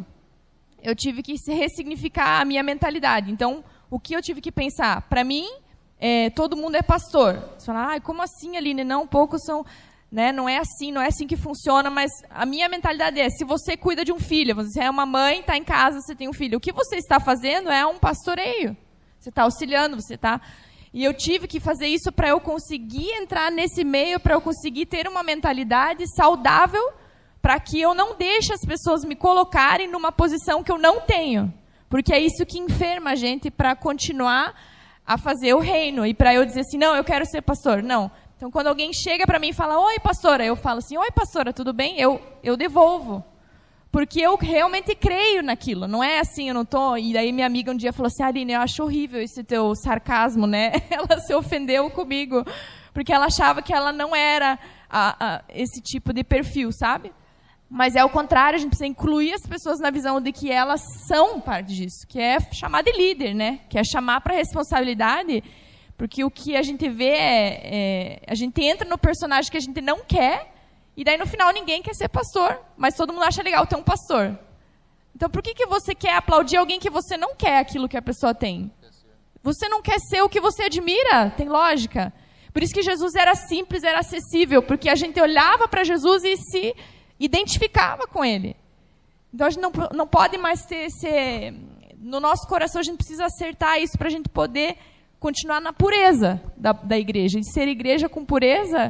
eu tive que ressignificar a minha mentalidade. Então, o que eu tive que pensar? Para mim, é, todo mundo é pastor. Você fala, ah, como assim, Aline? Não, poucos são... Né? Não é assim, não é assim que funciona, mas a minha mentalidade é, se você cuida de um filho, você é uma mãe, está em casa, você tem um filho, o que você está fazendo é um pastoreio. Você está auxiliando, você está... E eu tive que fazer isso para eu conseguir entrar nesse meio, para eu conseguir ter uma mentalidade saudável, para que eu não deixe as pessoas me colocarem numa posição que eu não tenho. Porque é isso que enferma a gente para continuar a fazer o reino. E para eu dizer assim, não, eu quero ser pastor. Não. Então, quando alguém chega para mim e fala, oi, pastora, eu falo assim, oi, pastora, tudo bem? Eu, eu devolvo. Porque eu realmente creio naquilo. Não é assim, eu não estou... E daí minha amiga um dia falou assim, Aline, eu acho horrível esse teu sarcasmo, né? Ela se ofendeu comigo. Porque ela achava que ela não era a, a, esse tipo de perfil, sabe? Mas é o contrário, a gente precisa incluir as pessoas na visão de que elas são parte disso. Que é chamar de líder, né? Que é chamar para a responsabilidade... Porque o que a gente vê é, é... A gente entra no personagem que a gente não quer, e daí no final ninguém quer ser pastor, mas todo mundo acha legal ter um pastor. Então por que, que você quer aplaudir alguém que você não quer aquilo que a pessoa tem? Você não quer ser o que você admira? Tem lógica? Por isso que Jesus era simples, era acessível, porque a gente olhava para Jesus e se identificava com ele. Então a gente não, não pode mais ter esse... No nosso coração a gente precisa acertar isso para a gente poder continuar na pureza da, da igreja. De ser igreja com pureza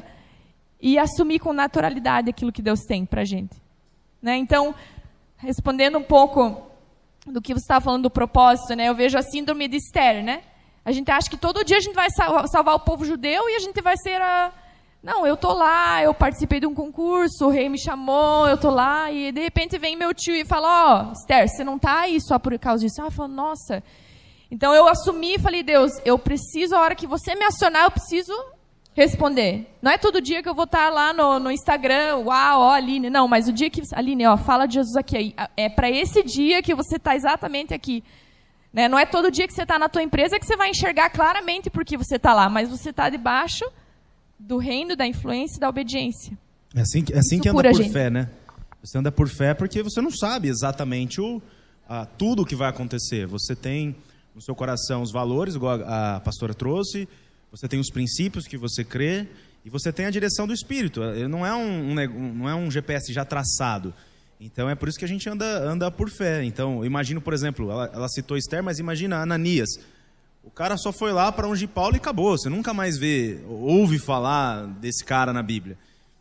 e assumir com naturalidade aquilo que Deus tem para a gente. Né? Então, respondendo um pouco do que você estava falando do propósito, né? Eu vejo a síndrome de Esther, né? A gente acha que todo dia a gente vai salvar o povo judeu e a gente vai ser a... Não, eu tô lá, eu participei de um concurso, o rei me chamou, eu tô lá, e de repente vem meu tio e fala, ó, oh, Esther, você não tá aí só por causa disso. Ah, eu falo, nossa. Então eu assumi e falei, Deus, eu preciso, a hora que você me acionar, eu preciso responder. Não é todo dia que eu vou estar lá no, no Instagram, uau, ó, Aline. Não, mas o dia que... Aline, ó, fala de Jesus aqui. É para esse dia que você está exatamente aqui. Né? Não é todo dia que você está na tua empresa que você vai enxergar claramente por que você está lá, mas você está debaixo do reino, da influência e da obediência. É assim, é assim que anda por gente. fé, né? Você anda por fé porque você não sabe exatamente o, a, tudo o que vai acontecer. Você tem no seu coração os valores, igual a, a pastora trouxe, você tem os princípios que você crê e você tem a direção do Espírito. Ele não é um, um, não é um G P S já traçado. Então é por isso que a gente anda, anda por fé. Então, eu imagino, por exemplo, ela, ela citou Esther, mas imagina Ananias. O cara só foi lá para ungir Paulo e acabou. Você nunca mais vê, ouve falar desse cara na Bíblia.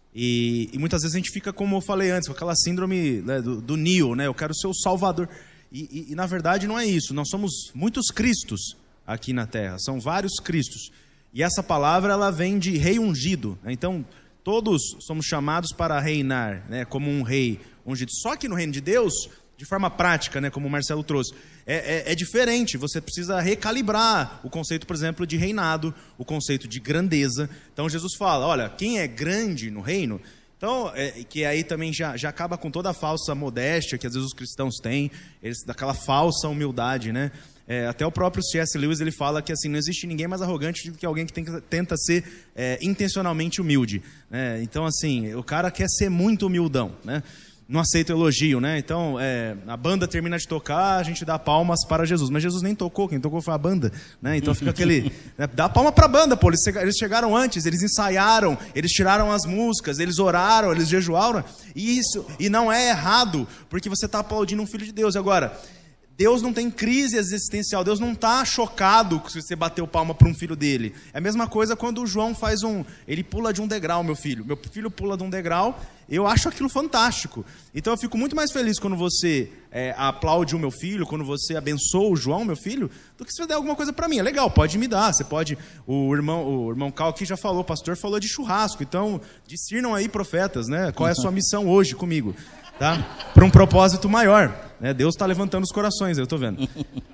E, e muitas vezes a gente fica, como eu falei antes, com aquela síndrome, né, do, do Neo, né? Eu quero ser o Salvador. E, e, e na verdade não é isso. Nós somos muitos Cristos aqui na Terra. São vários Cristos. E essa palavra ela vem de rei ungido. Né? Então todos somos chamados para reinar, né? Como um rei ungido. Só que no reino de Deus, de forma prática, né? Como o Marcelo trouxe, é, é, é diferente. Você precisa recalibrar o conceito, por exemplo, de reinado, o conceito de grandeza. Então Jesus fala, olha, quem é grande no reino, então, é, que aí também já, já acaba com toda a falsa modéstia que às vezes os cristãos têm, eles, daquela falsa humildade, né? É, até o próprio C S Lewis ele fala que assim, não existe ninguém mais arrogante do que alguém que tem, tenta ser é, intencionalmente humilde. Né? Então, assim, o cara quer ser muito humildão, né? Não aceita elogio, né? Então, é, a banda termina de tocar, a gente dá palmas para Jesus. Mas Jesus nem tocou, quem tocou foi a banda, né? Então fica aquele... Né? Dá palma para a banda, pô. Eles chegaram antes, eles ensaiaram, eles tiraram as músicas, eles oraram, eles jejuaram. E isso, e não é errado, porque você está aplaudindo um filho de Deus. Agora, Deus não tem crise existencial, Deus não está chocado se você bateu palma para um filho dele. É a mesma coisa quando o João faz um... Ele pula de um degrau, meu filho. Meu filho pula de um degrau, eu acho aquilo fantástico. Então eu fico muito mais feliz quando você é, aplaude o meu filho, quando você abençoa o João, meu filho, do que se você der alguma coisa para mim. É legal, pode me dar, você pode... O irmão, o irmão Cal aqui já falou, o pastor falou de churrasco, então discernam aí, profetas, né? Qual é a sua missão hoje comigo? Tá? Para um propósito maior, né? Deus está levantando os corações, eu estou vendo.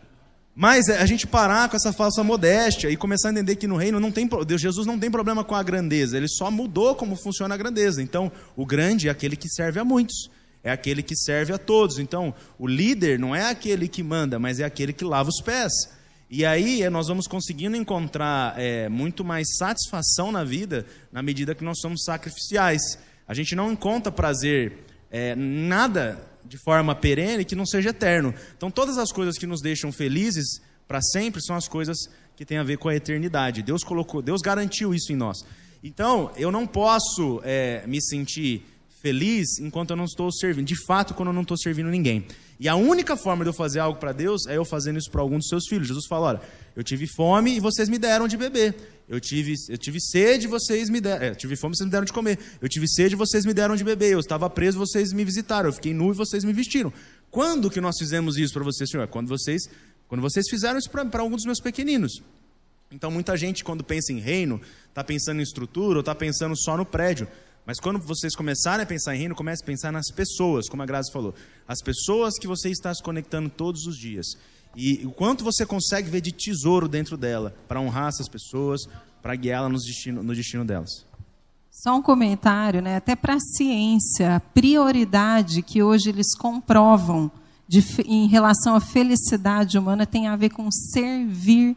Mas a gente parar com essa falsa modéstia e começar a entender que no reino não tem, Deus, Jesus não tem problema com a grandeza, ele só mudou como funciona a grandeza. Então, o grande é aquele que serve a muitos, é aquele que serve a todos. Então, o líder não é aquele que manda, mas é aquele que lava os pés. E aí nós vamos conseguindo encontrar é, muito mais satisfação na vida na medida que nós somos sacrificiais. A gente não encontra prazer É, nada de forma perene que não seja eterno. Então todas as coisas que nos deixam felizes para sempre são as coisas que têm a ver com a eternidade. Deus colocou, Deus garantiu isso em nós. Então eu não posso é, me sentir feliz enquanto eu não estou servindo, de fato quando eu não estou servindo ninguém. E a única forma de eu fazer algo para Deus é eu fazendo isso para algum dos seus filhos. Jesus fala, olha, eu tive fome e vocês me deram de beber. Eu tive, eu tive sede e vocês me deram... É, eu tive fome e vocês me deram de comer. Eu tive sede e vocês me deram de beber. Eu estava preso e vocês me visitaram. Eu fiquei nu e vocês me vestiram. Quando que nós fizemos isso para vocês, Senhor? Quando vocês, quando vocês fizeram isso para alguns dos meus pequeninos. Então muita gente quando pensa em reino, está pensando em estrutura ou está pensando só no prédio. Mas quando vocês começarem a pensar em reino, comece a pensar nas pessoas, como a Grazi falou. As pessoas que você está se conectando todos os dias. E o quanto você consegue ver de tesouro dentro dela, para honrar essas pessoas, para guiá-la no destino, no destino delas. Só um comentário, né? Até para a ciência, a prioridade que hoje eles comprovam de, em relação à felicidade humana tem a ver com servir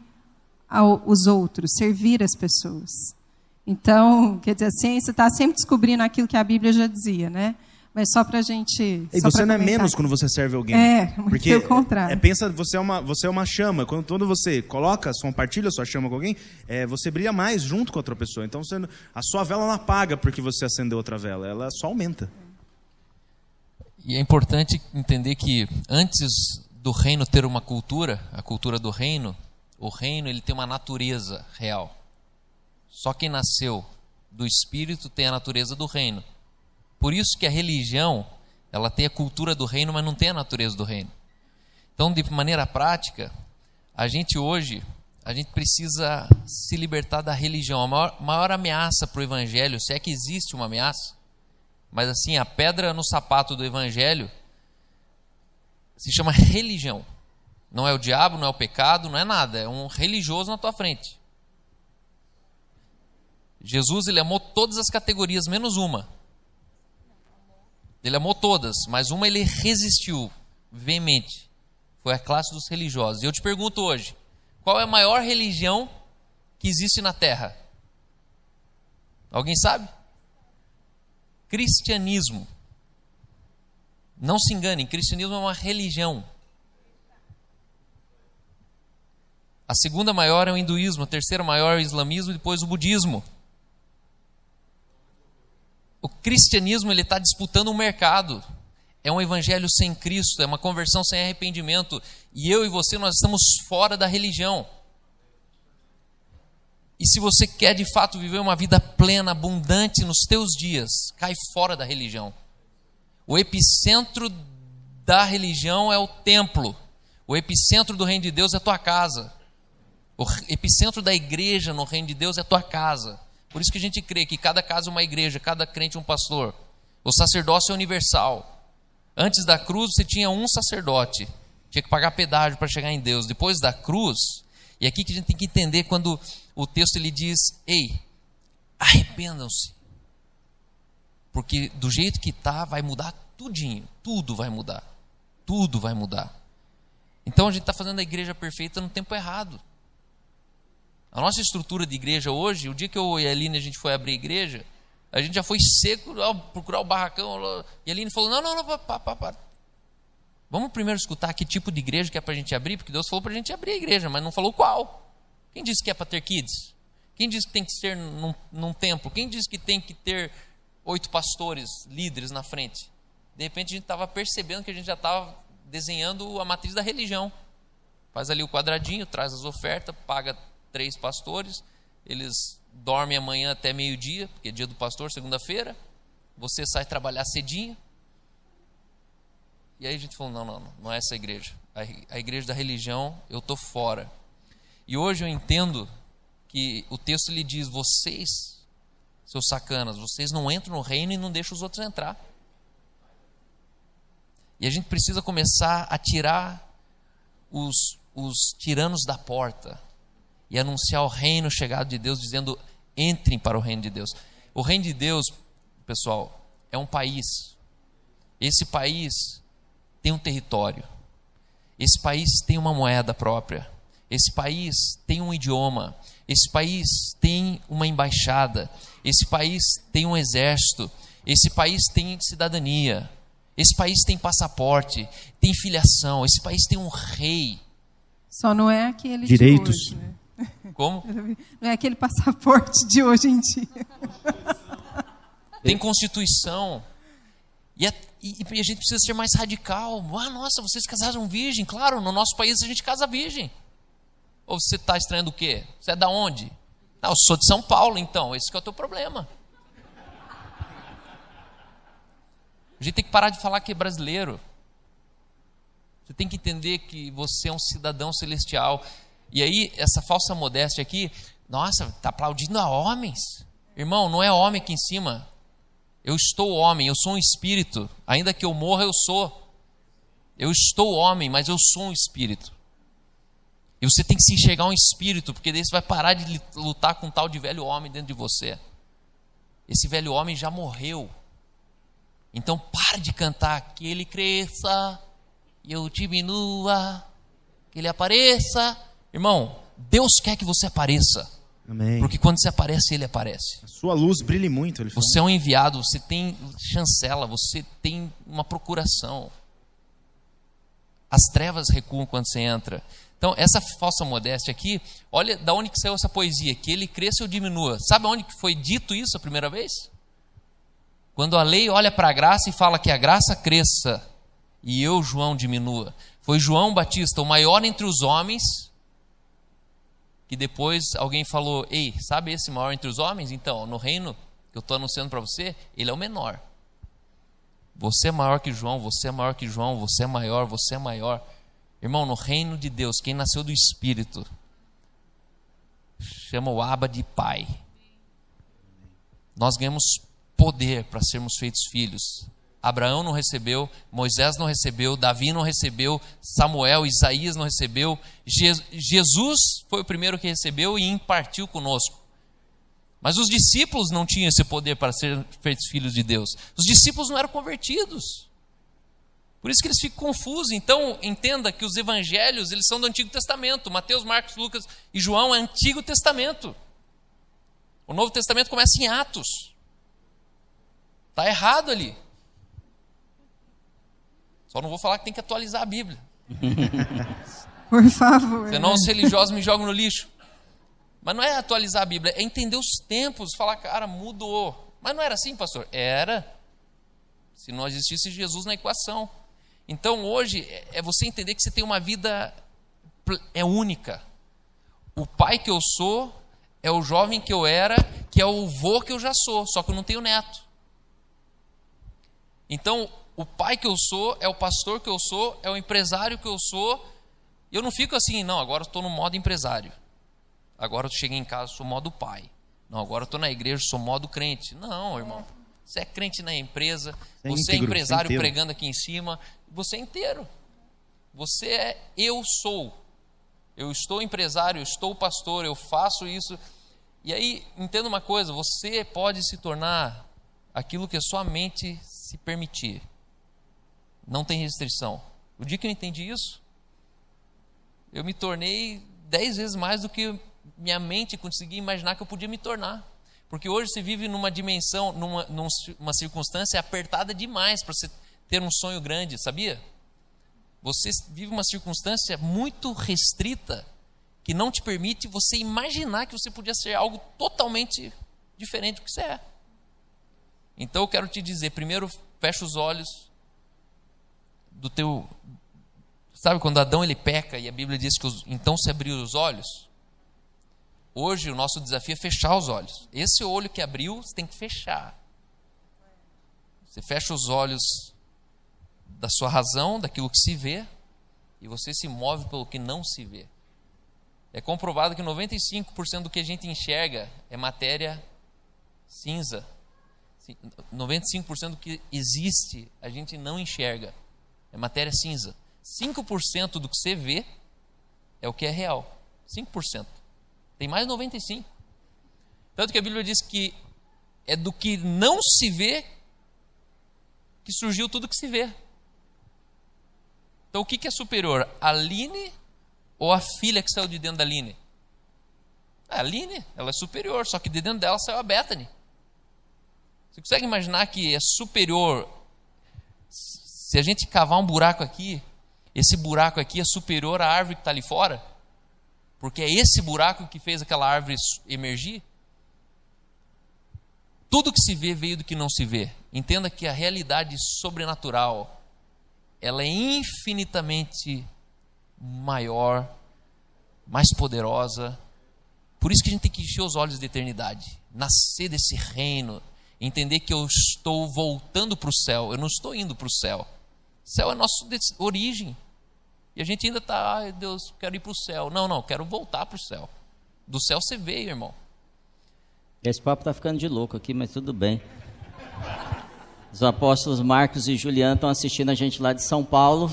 aos outros, servir as pessoas. Então, quer dizer, a ciência está sempre descobrindo aquilo que a Bíblia já dizia, né? Mas só para a gente... E você não é menos quando você serve alguém. É, porque pelo contrário. É, pensa, você é, uma, você é uma chama. Quando, quando você coloca, compartilha a sua chama com alguém, é, você brilha mais junto com a outra pessoa. Então, você, a sua vela não apaga porque você acendeu outra vela. Ela só aumenta. E é importante entender que antes do reino ter uma cultura, a cultura do reino, o reino ele tem uma natureza real. Só quem nasceu do Espírito tem a natureza do reino. Por isso que a religião, ela tem a cultura do reino, mas não tem a natureza do reino. Então, de maneira prática, a gente hoje, a gente precisa se libertar da religião. A maior, maior ameaça para o evangelho, se é que existe uma ameaça, mas assim, a pedra no sapato do evangelho se chama religião. Não é o diabo, não é o pecado, não é nada, é um religioso na tua frente. Jesus, ele amou todas as categorias, menos uma. Ele amou todas, mas uma ele resistiu veemente. Foi a classe dos religiosos. E eu te pergunto hoje, qual é a maior religião que existe na Terra? Alguém sabe? Cristianismo. Não se enganem, cristianismo é uma religião. A segunda maior é o hinduísmo, a terceira maior é o islamismo e depois o budismo. O cristianismo ele está disputando um mercado. É um evangelho sem Cristo, é uma conversão sem arrependimento. E eu e você, nós estamos fora da religião. E se você quer de fato viver uma vida plena, abundante nos teus dias, cai fora da religião. O epicentro da religião é o templo. O epicentro do reino de Deus é a tua casa. O epicentro da igreja no reino de Deus é a tua casa. Por isso que a gente crê que cada casa é uma igreja, cada crente é um pastor. O sacerdócio é universal. Antes da cruz você tinha um sacerdote. Tinha que pagar pedágio para chegar em Deus. Depois da cruz, e aqui que a gente tem que entender quando o texto ele diz, ei, arrependam-se. Porque do jeito que está vai mudar tudinho. Tudo vai mudar. Tudo vai mudar. Então a gente está fazendo a igreja perfeita no tempo errado. A nossa estrutura de igreja hoje, o dia que eu e a Aline a gente foi abrir a igreja, a gente já foi seco ao procurar o barracão. E a Aline falou, não, não, não, pá, pá, pá. Vamos primeiro escutar que tipo de igreja que é para a gente abrir, porque Deus falou para a gente abrir a igreja, mas não falou qual. Quem disse que é para ter kids? Quem disse que tem que ser num, num templo? Quem disse que tem que ter oito pastores, líderes na frente? De repente a gente estava percebendo que a gente já estava desenhando a matriz da religião. Faz ali o quadradinho, traz as ofertas, paga três pastores, eles dormem amanhã até meio-dia, porque é dia do pastor, segunda-feira, você sai trabalhar cedinho, e aí a gente falou, não, não, não, não é essa a igreja, a igreja da religião, eu estou fora. E hoje eu entendo que o texto lhe diz, vocês, seus sacanas, vocês não entram no reino e não deixam os outros entrar. E a gente precisa começar a tirar os, os tiranos da porta, e anunciar o reino chegado de Deus, dizendo, entrem para o reino de Deus. O reino de Deus, pessoal, é um país. Esse país tem um território. Esse país tem uma moeda própria. Esse país tem um idioma. Esse país tem uma embaixada. Esse país tem um exército. Esse país tem cidadania. Esse país tem passaporte, tem filiação. Esse país tem um rei. Só não é aquele direitos. De hoje, né? Como? Não é aquele passaporte de hoje em dia. Tem constituição. E a, e, e a gente precisa ser mais radical. Ah, nossa, vocês casaram virgem? Claro, no nosso país a gente casa virgem. Ou você está estranhando o quê? Você é da onde? Ah, eu sou de São Paulo, então. Esse que é o teu problema. A gente tem que parar de falar que é brasileiro. Você tem que entender que você é um cidadão celestial. E aí, essa falsa modéstia aqui, nossa, está aplaudindo a homens. Irmão, não é homem aqui em cima. Eu estou homem, eu sou um espírito. Ainda que eu morra, eu sou. Eu estou homem, mas eu sou um espírito. E você tem que se enxergar um espírito, porque daí você vai parar de lutar com um tal de velho homem dentro de você. Esse velho homem já morreu. Então pare de cantar que ele cresça e eu diminua, que ele apareça. Irmão, Deus quer que você apareça. Amém. Porque quando você aparece, ele aparece. A sua luz brilhe muito. Ele Você é um enviado, você tem chancela, você tem uma procuração. As trevas recuam quando você entra. Então, essa falsa modéstia aqui, olha da onde que saiu essa poesia, que ele cresça ou diminua. Sabe onde que foi dito isso a primeira vez? Quando a lei olha para a graça e fala que a graça cresça e eu, João, diminua. Foi João Batista, o maior entre os homens, que depois alguém falou, ei, sabe esse maior entre os homens? Então, no reino que eu estou anunciando para você, ele é o menor. Você é maior que João, você é maior que João, você é maior, você é maior. Irmão, no reino de Deus, quem nasceu do Espírito, chama o Abba de Pai. Nós ganhamos poder para sermos feitos filhos. Abraão não recebeu, Moisés não recebeu, Davi não recebeu, Samuel, Isaías não recebeu. Je- Jesus foi o primeiro que recebeu e impartiu conosco. Mas os discípulos não tinham esse poder para serem feitos filhos de Deus. Os discípulos não eram convertidos. Por isso que eles ficam confusos. Então, entenda que os evangelhos, eles são do Antigo Testamento. Mateus, Marcos, Lucas e João é Antigo Testamento. O Novo Testamento começa em Atos. Está errado ali. Só não vou falar que tem que atualizar a Bíblia. Por favor. Senão os religiosos me jogam no lixo. Mas não é atualizar a Bíblia, é entender os tempos. Falar, cara, mudou. Mas não era assim, pastor? Era. Se não existisse Jesus na equação. Então hoje é você entender que você tem uma vida é única. O pai que eu sou é o jovem que eu era, que é o vô que eu já sou, só que eu não tenho neto. Então, o pai que eu sou é o pastor que eu sou, é o empresário que eu sou. Eu não fico assim, não, agora eu estou no modo empresário. Agora eu cheguei em casa, sou modo pai. Não, agora eu estou na igreja, sou modo crente. Não, irmão. Você é crente na empresa, você é, você íntegro, é empresário você é pregando aqui em cima, você é inteiro. Você é eu sou. Eu estou empresário, eu estou pastor, eu faço isso. E aí, entenda uma coisa, você pode se tornar aquilo que a sua mente se permitir. Não tem restrição. O dia que eu entendi isso, eu me tornei dez vezes mais do que minha mente conseguia imaginar que eu podia me tornar. Porque hoje você vive numa dimensão, numa, numa circunstância apertada demais para você ter um sonho grande, sabia? Você vive uma circunstância muito restrita que não te permite você imaginar que você podia ser algo totalmente diferente do que você é. Então eu quero te dizer, primeiro fecha os olhos do teu... Sabe quando Adão ele peca e a Bíblia diz que os, então se abriu os olhos? Hoje o nosso desafio é fechar os olhos. Esse olho que abriu, você tem que fechar. Você fecha os olhos da sua razão, daquilo que se vê, e você se move pelo que não se vê. É comprovado que noventa e cinco por cento do que a gente enxerga é matéria cinza. noventa e cinco por cento do que existe a gente não enxerga. É matéria cinza. cinco por cento do que você vê é o que é real. cinco por cento. Tem mais noventa e cinco por cento. Tanto que a Bíblia diz que é do que não se vê que surgiu tudo que se vê. Então o que é superior? A Aline ou a filha que saiu de dentro da Aline? A Aline, ela é superior, só que de dentro dela saiu a Bethany. Você consegue imaginar que é superior? Se a gente cavar um buraco aqui, esse buraco aqui é superior à árvore que está ali fora? Porque é esse buraco que fez aquela árvore emergir? Tudo que se vê veio do que não se vê. Entenda que a realidade sobrenatural, ela é infinitamente maior, mais poderosa. Por isso que a gente tem que encher os olhos de eternidade. Nascer desse reino. Entender que eu estou voltando para o céu. Eu não estou indo para o céu. O céu é a nossa origem. E a gente ainda está, ai Deus, quero ir para o céu. Não, não, quero voltar para o céu. Do céu você veio, irmão. Esse papo está ficando de louco aqui, mas tudo bem. Os apóstolos Marcos e Juliano estão assistindo a gente lá de São Paulo.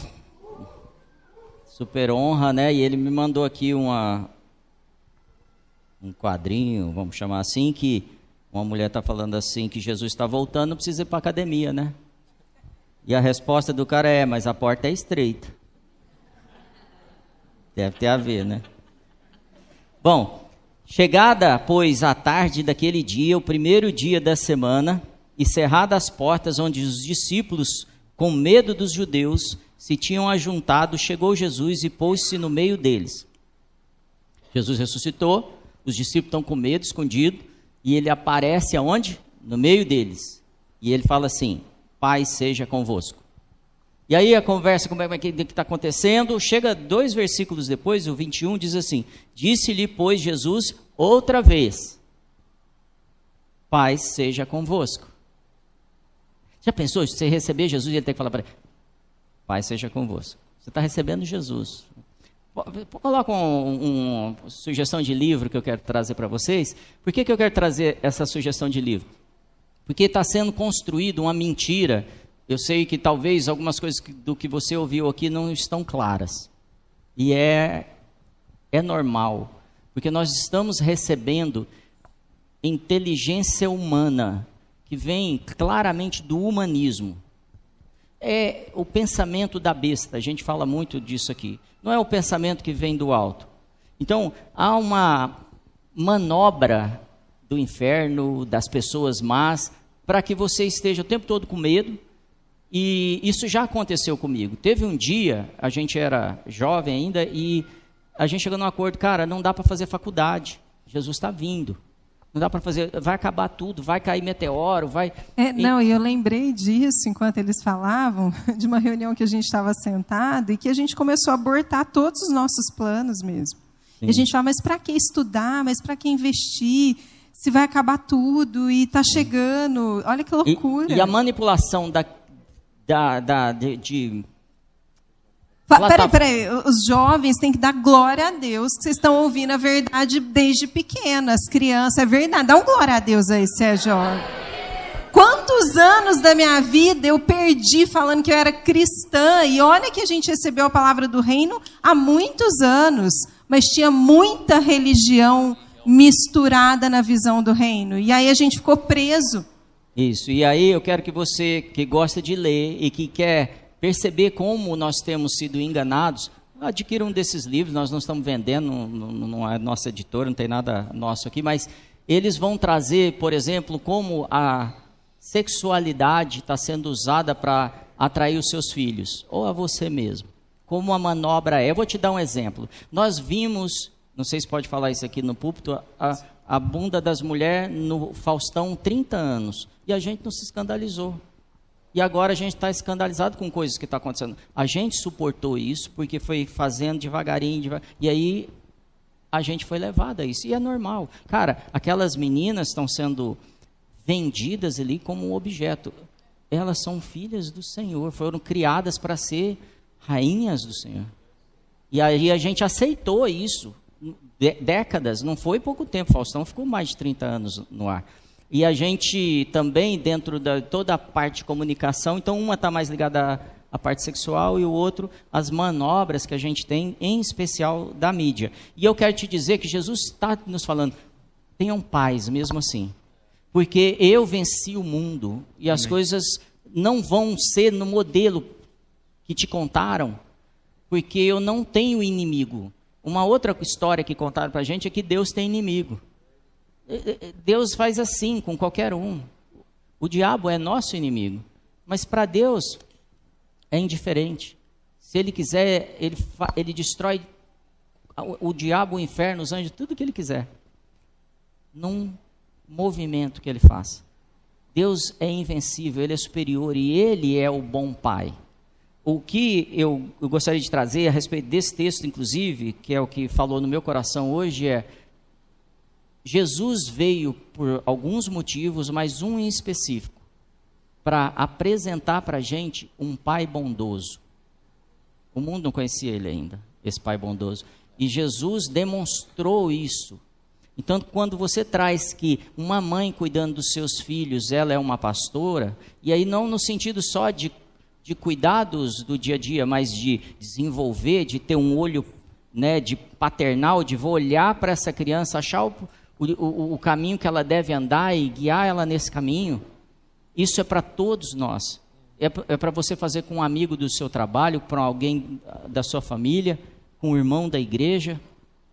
Super honra, né? E ele me mandou aqui uma, um quadrinho, vamos chamar assim, que uma mulher está falando assim, que Jesus está voltando, não precisa ir para a academia, né? E a resposta do cara é, mas a porta é estreita. Deve ter a ver, né? Bom, Chegada, pois, a tarde daquele dia, o primeiro dia da semana, e cerradas as portas onde os discípulos, com medo dos judeus, se tinham ajuntado, chegou Jesus e pôs-se no meio deles. Jesus ressuscitou, os discípulos estão com medo, escondido, e ele aparece aonde? No meio deles. E ele fala assim: paz seja convosco. E aí a conversa, como é que está acontecendo? Chega dois versículos depois, o vinte e um diz assim: disse-lhe, pois, Jesus outra vez: paz seja convosco. Já pensou, se você receber Jesus e ele tem que falar para ele: paz seja convosco. Você está recebendo Jesus. Coloca um, uma sugestão de livro que eu quero trazer para vocês. Por que, que eu quero trazer essa sugestão de livro? Porque está sendo construída uma mentira. Eu sei que talvez algumas coisas do que você ouviu aqui não estão claras. E é, é normal. Porque nós estamos recebendo inteligência humana, que vem claramente do humanismo. É o pensamento da besta, a gente fala muito disso aqui. Não é o pensamento que vem do alto. Então, há uma manobra do inferno, das pessoas más, para que você esteja o tempo todo com medo. E isso já aconteceu comigo. Teve um dia, a gente era jovem ainda, e a gente chegou num acordo: cara, não dá para fazer faculdade, Jesus está vindo. Não dá para fazer, vai acabar tudo, vai cair meteoro, vai... É, não, e eu lembrei disso enquanto eles falavam, de uma reunião que a gente estava sentado e que a gente começou a abortar todos os nossos planos mesmo. Sim. E a gente fala: mas para que estudar, mas para que investir, se vai acabar tudo e está chegando, olha que loucura. E, e a manipulação da, da, da, de... de... Peraí, peraí, os jovens têm que dar glória a Deus, que vocês estão ouvindo a verdade desde pequenas, crianças, é verdade. Dá um glória a Deus aí, você é jovem. Quantos anos da minha vida eu perdi falando que eu era cristã, e olha que a gente recebeu a palavra do reino há muitos anos, mas tinha muita religião misturada na visão do reino, e aí a gente ficou preso. Isso, e aí eu quero que você que gosta de ler e que quer perceber como nós temos sido enganados, adquira um desses livros. Nós não estamos vendendo, não, não é nossa editora, não tem nada nosso aqui, mas eles vão trazer, por exemplo, como a sexualidade está sendo usada para atrair os seus filhos, ou a você mesmo, como a manobra é. Eu vou te dar um exemplo. Nós vimos, não sei se pode falar isso aqui no púlpito, a, a bunda das mulheres no Faustão trinta anos, e a gente não se escandalizou. E agora a gente está escandalizado com coisas que estão acontecendo. A gente suportou isso porque foi fazendo devagarinho, devagarinho, e aí a gente foi levado a isso. E é normal. Cara, aquelas meninas estão sendo vendidas ali como um objeto. Elas são filhas do Senhor, foram criadas para ser rainhas do Senhor. E aí a gente aceitou isso. Décadas, não foi pouco tempo. Faustão ficou mais de trinta anos no ar. E a gente também, dentro de toda a parte de comunicação, então uma está mais ligada à, à parte sexual e o outro às manobras que a gente tem, em especial da mídia. E eu quero te dizer que Jesus está nos falando: tenham paz mesmo assim, porque eu venci o mundo e as Amém. Coisas não vão ser no modelo que te contaram, porque eu não tenho inimigo. Uma outra história que contaram para a gente é que Deus tem inimigo. Deus faz assim com qualquer um. O diabo é nosso inimigo, mas para Deus é indiferente. Se Ele quiser, Ele, ele destrói o, o diabo, o inferno, os anjos, tudo que Ele quiser, num movimento que Ele faça. Deus é invencível, Ele é superior e Ele é o bom Pai. O que eu, eu gostaria de trazer a respeito desse texto, inclusive, que é o que falou no meu coração hoje, é: Jesus veio por alguns motivos, mas um em específico, para apresentar para a gente um pai bondoso. O mundo não conhecia ele ainda, esse pai bondoso. E Jesus demonstrou isso. Então, quando você traz que uma mãe cuidando dos seus filhos, ela é uma pastora, e aí não no sentido só de, de cuidados do dia a dia, mas de desenvolver, de ter um olho, né, de paternal, de vou olhar para essa criança, achar o O, o, o caminho que ela deve andar e guiar ela nesse caminho. Isso é para todos nós. É, é para você fazer com um amigo do seu trabalho, para alguém da sua família, com um irmão da igreja.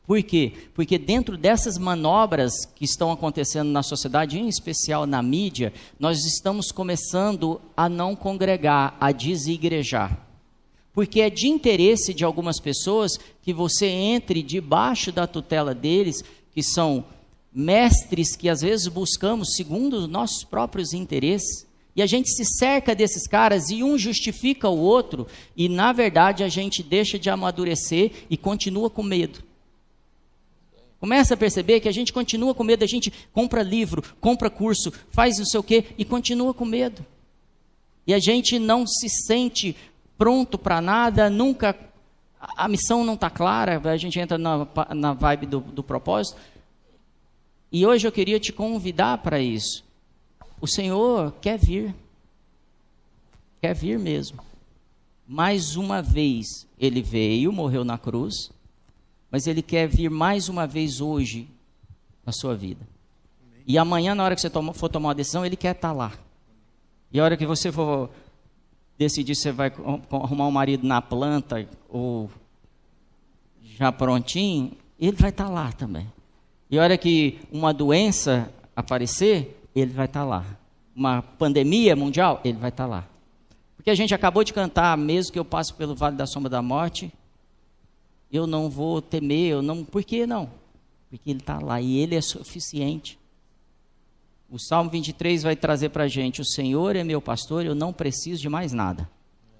Por quê? Porque dentro dessas manobras que estão acontecendo na sociedade, em especial na mídia, nós estamos começando a não congregar, a desigrejar. Porque é de interesse de algumas pessoas que você entre debaixo da tutela deles, que são mestres que às vezes buscamos segundo os nossos próprios interesses, e a gente se cerca desses caras e um justifica o outro, e na verdade a gente deixa de amadurecer e continua com medo. Começa a perceber que a gente continua com medo, a gente compra livro, compra curso, faz não sei o quê e continua com medo. E a gente não se sente pronto para nada, nunca, a missão não está clara, a gente entra na, na vibe do, do propósito. E hoje eu queria te convidar para isso. O Senhor quer vir, quer vir mesmo. Mais uma vez Ele veio, morreu na cruz, mas Ele quer vir mais uma vez hoje na sua vida. Amém. E amanhã, na hora que você toma, for tomar uma decisão, Ele quer estar lá. E a hora que você for decidir se você vai arrumar um marido na planta ou já prontinho, Ele vai estar lá também. E a hora que uma doença aparecer, Ele vai estar lá. Uma pandemia mundial, Ele vai estar lá. Porque a gente acabou de cantar, mesmo que eu passe pelo vale da sombra da morte, eu não vou temer, eu não... Por que não? Porque Ele está lá e Ele é suficiente. O Salmo vinte e três vai trazer para a gente: o Senhor é meu pastor, eu não preciso de mais nada.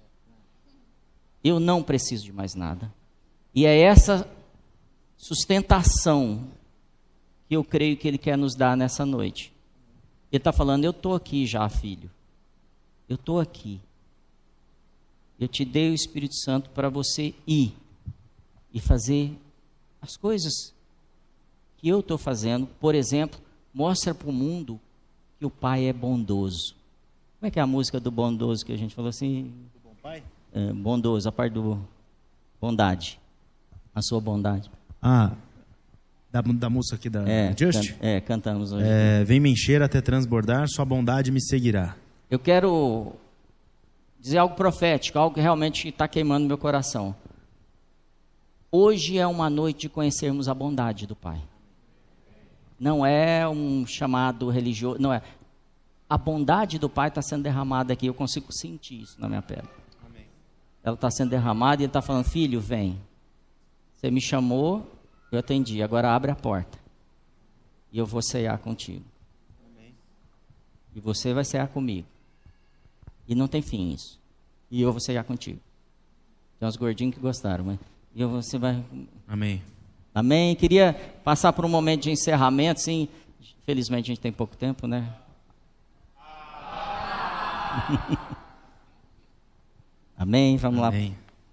Eu não preciso de mais nada. E é essa sustentação que eu creio que Ele quer nos dar nessa noite. Ele está falando: eu estou aqui já, filho. Eu estou aqui. Eu te dei o Espírito Santo para você ir e fazer as coisas que eu estou fazendo. Por exemplo, mostra para o mundo que o Pai é bondoso. Como é que é a música do bondoso que a gente falou assim? Do bom pai? É, bondoso, a parte do bondade. A sua bondade. Ah, da, da música aqui da é, Just? Can, é, cantamos hoje. É, vem me encher até transbordar, sua bondade me seguirá. Eu quero dizer algo profético, algo que realmente está queimando meu coração. Hoje é uma noite de conhecermos a bondade do Pai. Não é um chamado religioso, não é. A bondade do Pai está sendo derramada aqui, eu consigo sentir isso na minha pele. Amém. Ela está sendo derramada e Ele está falando: filho, vem. Você me chamou, eu atendi, agora abre a porta. E eu vou ceiar contigo. Amém. E você vai ceiar comigo. E não tem fim isso. E eu vou ceiar contigo. Tem uns gordinhos que gostaram, mas... E você vai... Amém. Amém. Queria passar por um momento de encerramento, sim. Felizmente a gente tem pouco tempo, né? Amém. Vamos Amém. lá.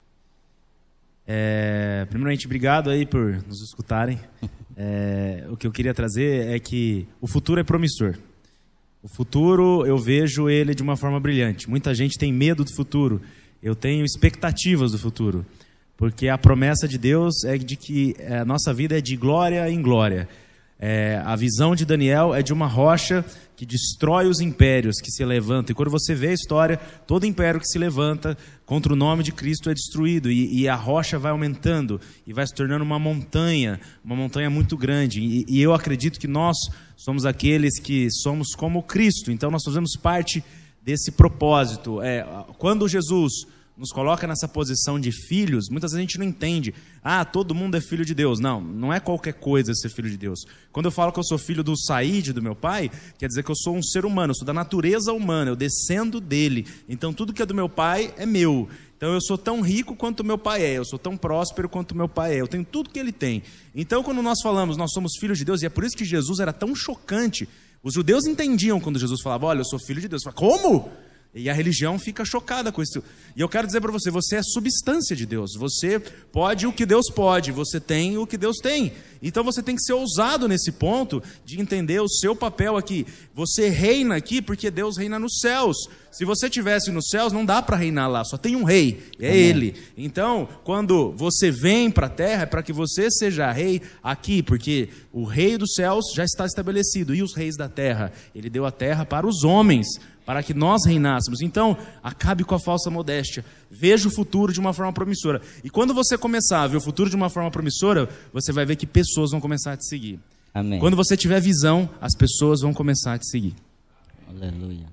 É, primeiramente, obrigado aí por nos escutarem. É, o que eu queria trazer é que o futuro é promissor. O futuro, eu vejo ele de uma forma brilhante. Muita gente tem medo do futuro. Eu tenho expectativas do futuro. Porque a promessa de Deus é de que a nossa vida é de glória em glória. É, a visão de Daniel é de uma rocha que destrói os impérios que se levantam. E quando você vê a história, todo império que se levanta contra o nome de Cristo é destruído. E, e a rocha vai aumentando e vai se tornando uma montanha, uma montanha muito grande. E, e eu acredito que nós somos aqueles que somos como Cristo. Então nós fazemos parte desse propósito. É, quando Jesus nos coloca nessa posição de filhos, muitas vezes a gente não entende. Ah, todo mundo é filho de Deus. Não, não é qualquer coisa ser filho de Deus. Quando eu falo que eu sou filho do Saíde, do meu pai, quer dizer que eu sou um ser humano, eu sou da natureza humana, eu descendo dele. Então tudo que é do meu pai é meu. Então eu sou tão rico quanto meu pai é, eu sou tão próspero quanto meu pai é, eu tenho tudo que ele tem. Então quando nós falamos, nós somos filhos de Deus, e é por isso que Jesus era tão chocante. Os judeus entendiam quando Jesus falava: olha, eu sou filho de Deus. Fala, como? E a religião fica chocada com isso. E eu quero dizer para você, você é substância de Deus. Você pode o que Deus pode, você tem o que Deus tem. Então você tem que ser ousado nesse ponto de entender o seu papel aqui. Você reina aqui porque Deus reina nos céus. Se você estivesse nos céus, não dá para reinar lá, só tem um rei, é Amém. Ele. Então, quando você vem para a terra, é para que você seja rei aqui, porque o rei dos céus já está estabelecido. E os reis da terra? Ele deu a terra para os homens, para que nós reinássemos. Então, acabe com a falsa modéstia. Veja o futuro de uma forma promissora. E quando você começar a ver o futuro de uma forma promissora, você vai ver que pessoas vão começar a te seguir. Amém. Quando você tiver visão, as pessoas vão começar a te seguir. Aleluia.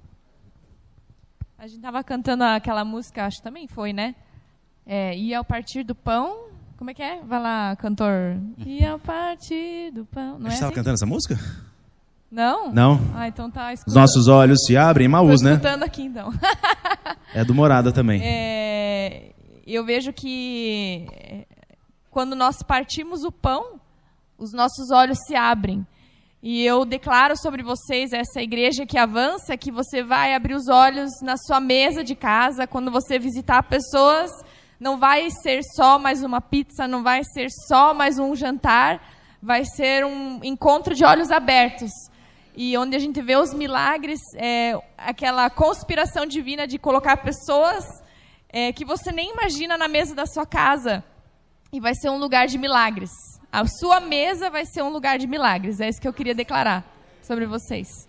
A gente estava cantando aquela música, acho que também foi, né? É, e ao partir do pão... Como é que é? Vai lá, cantor. E ao partir do pão... Não A é gente estava assim? cantando essa música? Não? Não. Ah, então tá escutando. Os nossos olhos se abrem, Emaús, Tô né? escutando aqui, então. É do Morada também. É, eu vejo que é, quando nós partimos o pão, os nossos olhos se abrem. E eu declaro sobre vocês, essa igreja que avança, que você vai abrir os olhos na sua mesa de casa, quando você visitar pessoas, não vai ser só mais uma pizza, não vai ser só mais um jantar, vai ser um encontro de olhos abertos. E onde a gente vê os milagres, é, aquela conspiração divina de colocar pessoas é, que você nem imagina na mesa da sua casa. E vai ser um lugar de milagres. A sua mesa vai ser um lugar de milagres. É isso que eu queria declarar sobre vocês.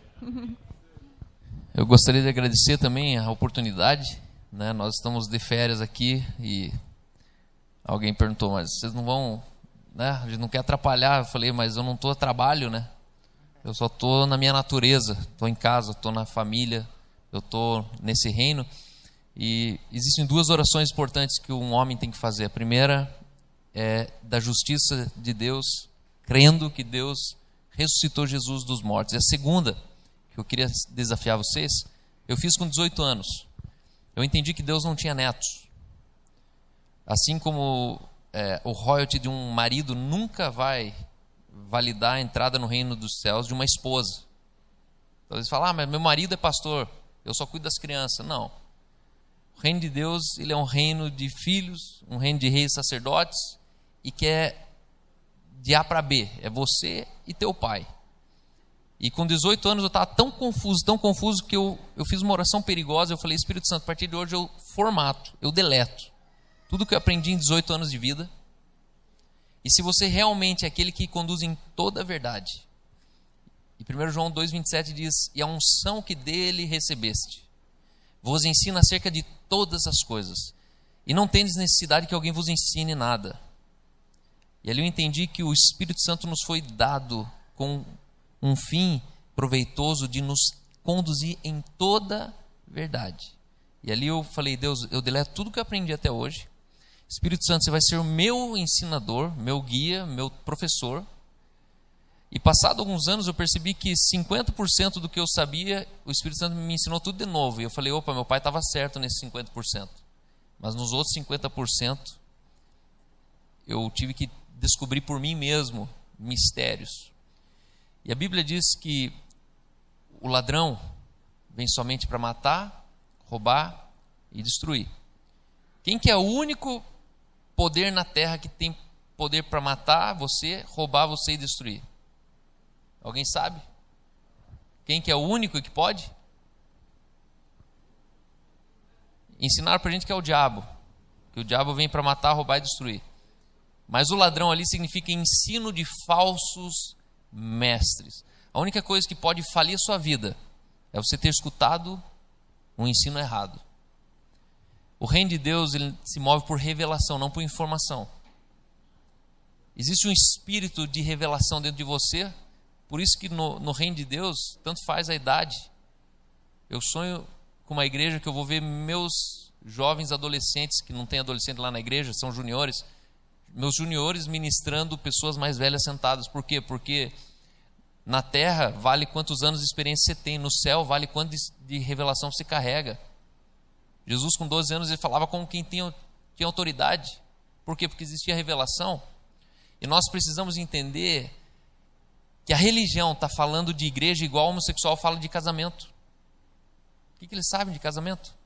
Eu gostaria de agradecer também a oportunidade, né? Nós estamos de férias aqui e alguém perguntou, mas vocês não vão, né? A gente não quer atrapalhar. Eu falei, mas eu não estou a trabalho, né? Eu só estou na minha natureza, estou em casa, estou na família, eu estou nesse reino. E existem duas orações importantes que um homem tem que fazer. A primeira é da justiça de Deus, crendo que Deus ressuscitou Jesus dos mortos. E a segunda, que eu queria desafiar vocês, eu fiz com dezoito anos. Eu entendi que Deus não tinha netos. Assim como é, o royalty de um marido nunca vai validar a entrada no reino dos céus de uma esposa. Então eles falam, ah, mas meu marido é pastor, eu só cuido das crianças. Não. O reino de Deus, ele é um reino de filhos, um reino de reis e sacerdotes, e que é de A para B, é você e teu pai. E com dezoito anos eu estava tão confuso, tão confuso, que eu, eu fiz uma oração perigosa. Eu falei, Espírito Santo, a partir de hoje eu formato, eu deleto tudo que eu aprendi em dezoito anos de vida. E se você realmente é aquele que conduz em toda a verdade. E primeiro João dois, vinte e sete diz, e a unção que dele recebeste vos ensina acerca de todas as coisas, e não tendes necessidade que alguém vos ensine nada. E ali eu entendi que o Espírito Santo nos foi dado com um fim proveitoso de nos conduzir em toda verdade. E ali eu falei, Deus, eu deleto tudo que eu aprendi até hoje. Espírito Santo, você vai ser o meu ensinador, meu guia, meu professor. E passado alguns anos eu percebi que cinquenta por cento do que eu sabia, o Espírito Santo me ensinou tudo de novo. E eu falei, opa, meu pai estava certo nesses cinquenta por cento. Mas nos outros cinquenta por cento eu tive que descobrir por mim mesmo mistérios. E a Bíblia diz que o ladrão vem somente para matar, roubar e destruir. Quem que é o único poder na terra que tem poder para matar você, roubar você e destruir? Alguém sabe? Quem que é o único que pode? Ensinaram para a gente que é o diabo. Que o diabo vem para matar, roubar e destruir. Mas o ladrão ali significa ensino de falsos mestres. A única coisa que pode falir a sua vida é você ter escutado um ensino errado. O reino de Deus, ele se move por revelação, não por informação. Existe um espírito de revelação dentro de você. Por isso que no, no reino de Deus, tanto faz a idade. Eu sonho com uma igreja que eu vou ver meus jovens adolescentes, que não tem adolescente lá na igreja, são juniores, meus juniores ministrando pessoas mais velhas sentadas. Por quê? Porque na terra vale quantos anos de experiência você tem, no céu vale quanto de, de revelação você carrega. Jesus com doze anos ele falava como quem tinha, tinha autoridade. Por quê? Porque existia revelação. E nós precisamos entender que a religião está falando de igreja igual o homossexual fala de casamento. O que, que eles sabem de casamento?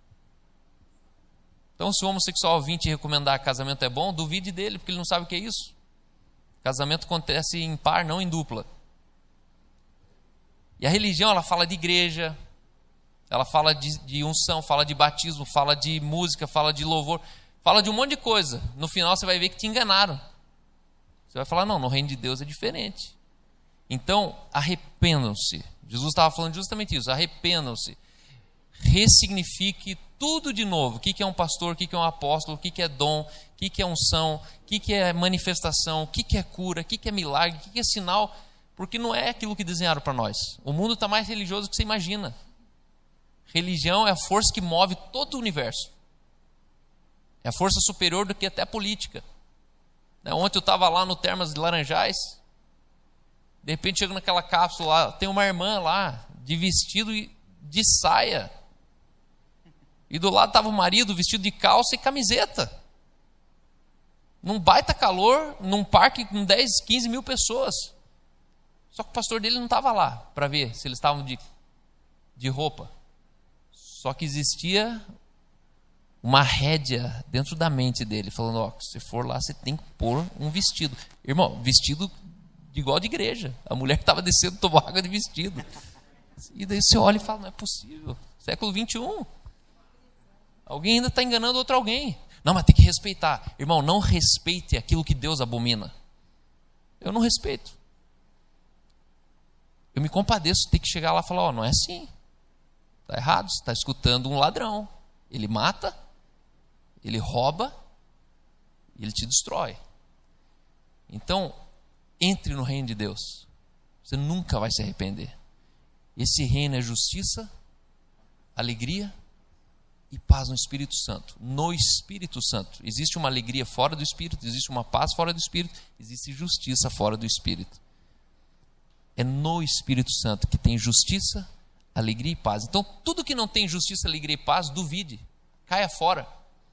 Então, se o homossexual vir te recomendar que casamento é bom, duvide dele, porque ele não sabe o que é isso. Casamento acontece em par, não em dupla. E a religião, ela fala de igreja, ela fala de, de unção, fala de batismo, fala de música, fala de louvor, fala de um monte de coisa. No final, você vai ver que te enganaram. Você vai falar, não, no reino de Deus é diferente. Então, arrependam-se. Jesus estava falando justamente isso, arrependam-se. ressignifique tudo de novo. O que é um pastor, o que é um apóstolo, o que é dom, o que é unção, o que é manifestação, o que é cura, o que é milagre, o que é sinal, porque não é aquilo que desenharam para nós. O mundo está mais religioso do que você imagina. Religião é a força que move todo o universo. É a força superior do que até a política. Ontem eu estava lá no Termas de Laranjais, de repente chego naquela cápsula lá, tem uma irmã lá, de vestido e de saia. E do lado estava o marido vestido de calça e camiseta. Num baita calor, num parque com dez, quinze mil pessoas. Só que o pastor dele não estava lá para ver se eles estavam de, de roupa. Só que existia uma rédea dentro da mente dele, falando, ó, se for lá, você tem que pôr um vestido. Irmão, vestido igual de igreja. A mulher que estava descendo tomou água de vestido. E daí você olha e fala, não é possível. Século vinte e um. Alguém ainda está enganando outro alguém. Não, mas tem que respeitar. Irmão, não respeite aquilo que Deus abomina. Eu não respeito. Eu me compadeço, tem que chegar lá e falar, ó, não é assim. Está errado, você está escutando um ladrão. Ele mata, ele rouba e ele te destrói. Então, entre no reino de Deus. Você nunca vai se arrepender. Esse reino é justiça, alegria e paz no Espírito Santo. No Espírito Santo. Existe uma alegria fora do Espírito, existe uma paz fora do Espírito, existe justiça fora do Espírito. É no Espírito Santo que tem justiça, alegria e paz. Então, tudo que não tem justiça, alegria e paz, duvide, caia fora.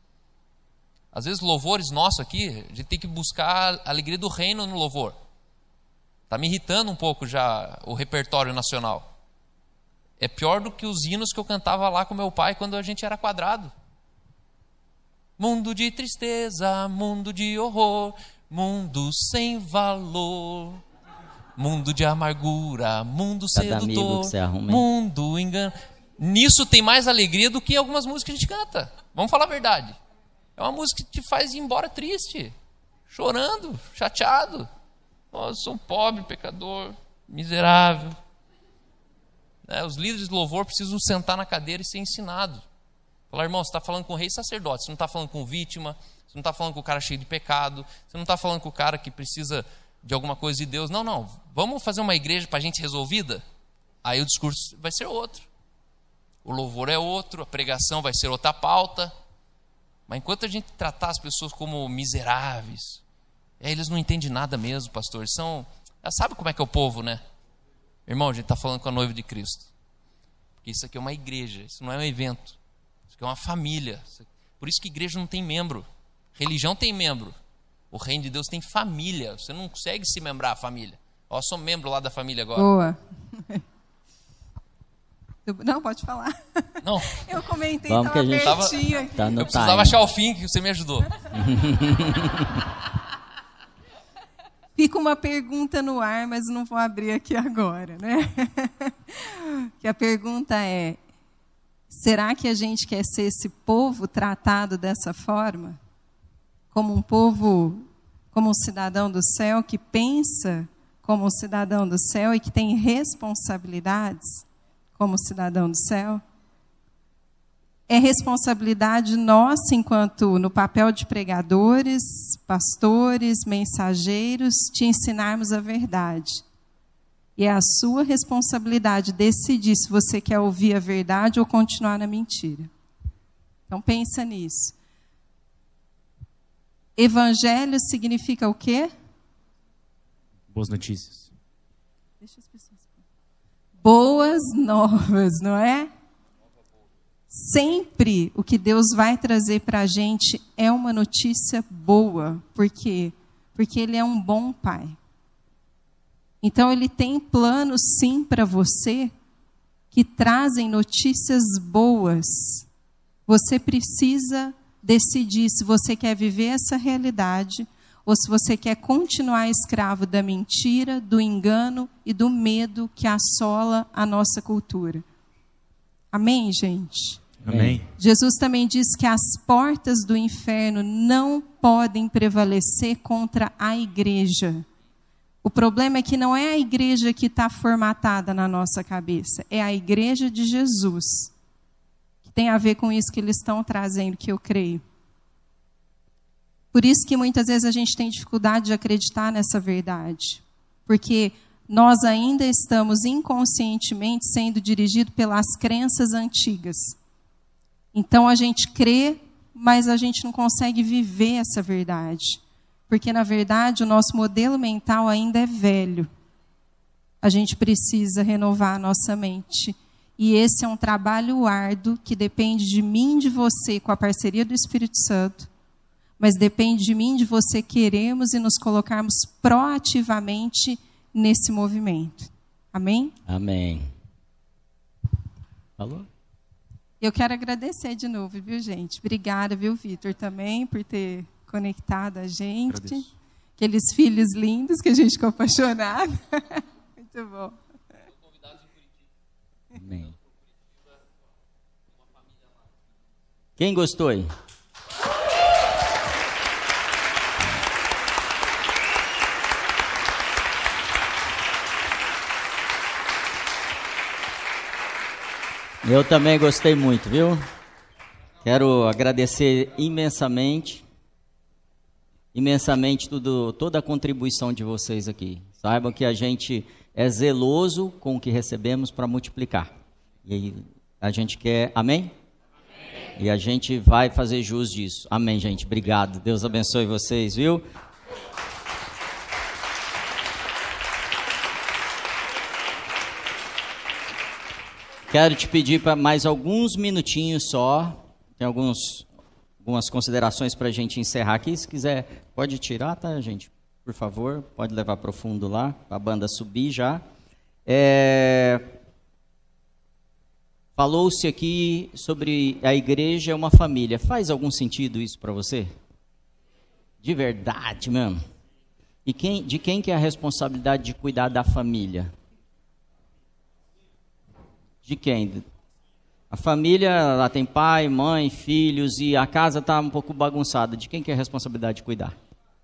Às vezes, louvores nossos aqui, a gente tem que buscar a alegria do reino no louvor. Está me irritando um pouco já o repertório nacional. É pior do que os hinos que eu cantava lá com meu pai quando a gente era quadrado. Mundo de tristeza, mundo de horror, mundo sem valor. Mundo de amargura, mundo Cada sedutor, você arruma, mundo engano. Nisso tem mais alegria do que algumas músicas que a gente canta. Vamos falar a verdade. É uma música que te faz ir embora triste, chorando, chateado. Oh, eu sou um pobre, pecador, miserável. É, os líderes de louvor precisam sentar na cadeira e ser ensinados. Falar, irmão, você está falando com o rei e sacerdote, você não está falando com vítima, você não está falando com o cara cheio de pecado, você não está falando com o cara que precisa de alguma coisa de Deus. Não, não. Vamos fazer uma igreja para a gente resolvida? Aí o discurso vai ser outro. O louvor é outro, a pregação vai ser outra pauta. Mas enquanto a gente tratar as pessoas como miseráveis, é, eles não entendem nada mesmo, pastor. Eles são, sabe como é que é o povo, né? Irmão, a gente está falando com a noiva de Cristo. Porque isso aqui é uma igreja, isso não é um evento. Isso aqui é uma família. Por isso que igreja não tem membro. Religião tem membro. O reino de Deus tem família. Você não consegue se membrar a família. Ó, eu sou membro lá da família agora. Boa. Não, pode falar. Não. Eu comentei, Vamos estava que a gente pertinho aqui. tá no Eu precisava time. achar o fim que você me ajudou. Fica uma pergunta no ar, mas não vou abrir aqui agora, né? Que a pergunta é, será que a gente quer ser esse povo tratado dessa forma? Como um povo, como um cidadão do céu, que pensa como um cidadão do céu e que tem responsabilidades como cidadão do céu? É responsabilidade nossa, enquanto no papel de pregadores, pastores, mensageiros, te ensinarmos a verdade. E é a sua responsabilidade decidir se você quer ouvir a verdade ou continuar na mentira. Então pensa nisso. Evangelho significa o quê? Boas notícias. Deixa as pessoas... Boas novas, não é? Sempre o que Deus vai trazer para a gente é uma notícia boa. Por quê? Porque Ele é um bom Pai. Então, Ele tem planos, sim, para você, que trazem notícias boas. Você precisa decidir se você quer viver essa realidade ou se você quer continuar escravo da mentira, do engano e do medo que assola a nossa cultura. Amém, gente? Amém. Jesus também diz que as portas do inferno não podem prevalecer contra a igreja. O problema é que não é a igreja que está formatada na nossa cabeça, é a igreja de Jesus. que tem a ver com isso que eles estão trazendo, que eu creio. Por isso que muitas vezes a gente tem dificuldade de acreditar nessa verdade, porque nós ainda estamos inconscientemente sendo dirigidos pelas crenças antigas. Então a gente crê, mas a gente não consegue viver essa verdade, porque na verdade o nosso modelo mental ainda é velho. A gente precisa renovar a nossa mente. E esse é um trabalho árduo que depende de mim e de você, com a parceria do Espírito Santo, mas depende de mim e de você querermos e nos colocarmos proativamente nesse movimento. Amém? Amém. Falou? Eu quero agradecer de novo, viu, gente? Obrigada, viu, Vitor, também, por ter conectado a gente. Agradeço. Aqueles filhos lindos que a gente ficou apaixonado. Muito bom. Amém. Quem gostou aí? Eu também gostei muito, viu? Quero agradecer imensamente, imensamente tudo, toda a contribuição de vocês aqui. Saibam que a gente é zeloso com o que recebemos para multiplicar. E aí a gente quer, amém? Amém? E a gente vai fazer jus disso. Amém, gente. Obrigado. Deus abençoe vocês, viu? Quero te pedir para mais alguns minutinhos só. Tem alguns, algumas considerações para a gente encerrar aqui. Se quiser, pode tirar, tá, gente? Por favor, pode levar para o fundo lá, para a banda subir já. É... Falou-se aqui sobre a igreja é uma família. Faz algum sentido isso para você? De verdade mesmo? E quem, de quem que é a responsabilidade de cuidar da família? De quem? A família, lá tem pai, mãe, filhos e a casa está um pouco bagunçada. De quem que é a responsabilidade de cuidar?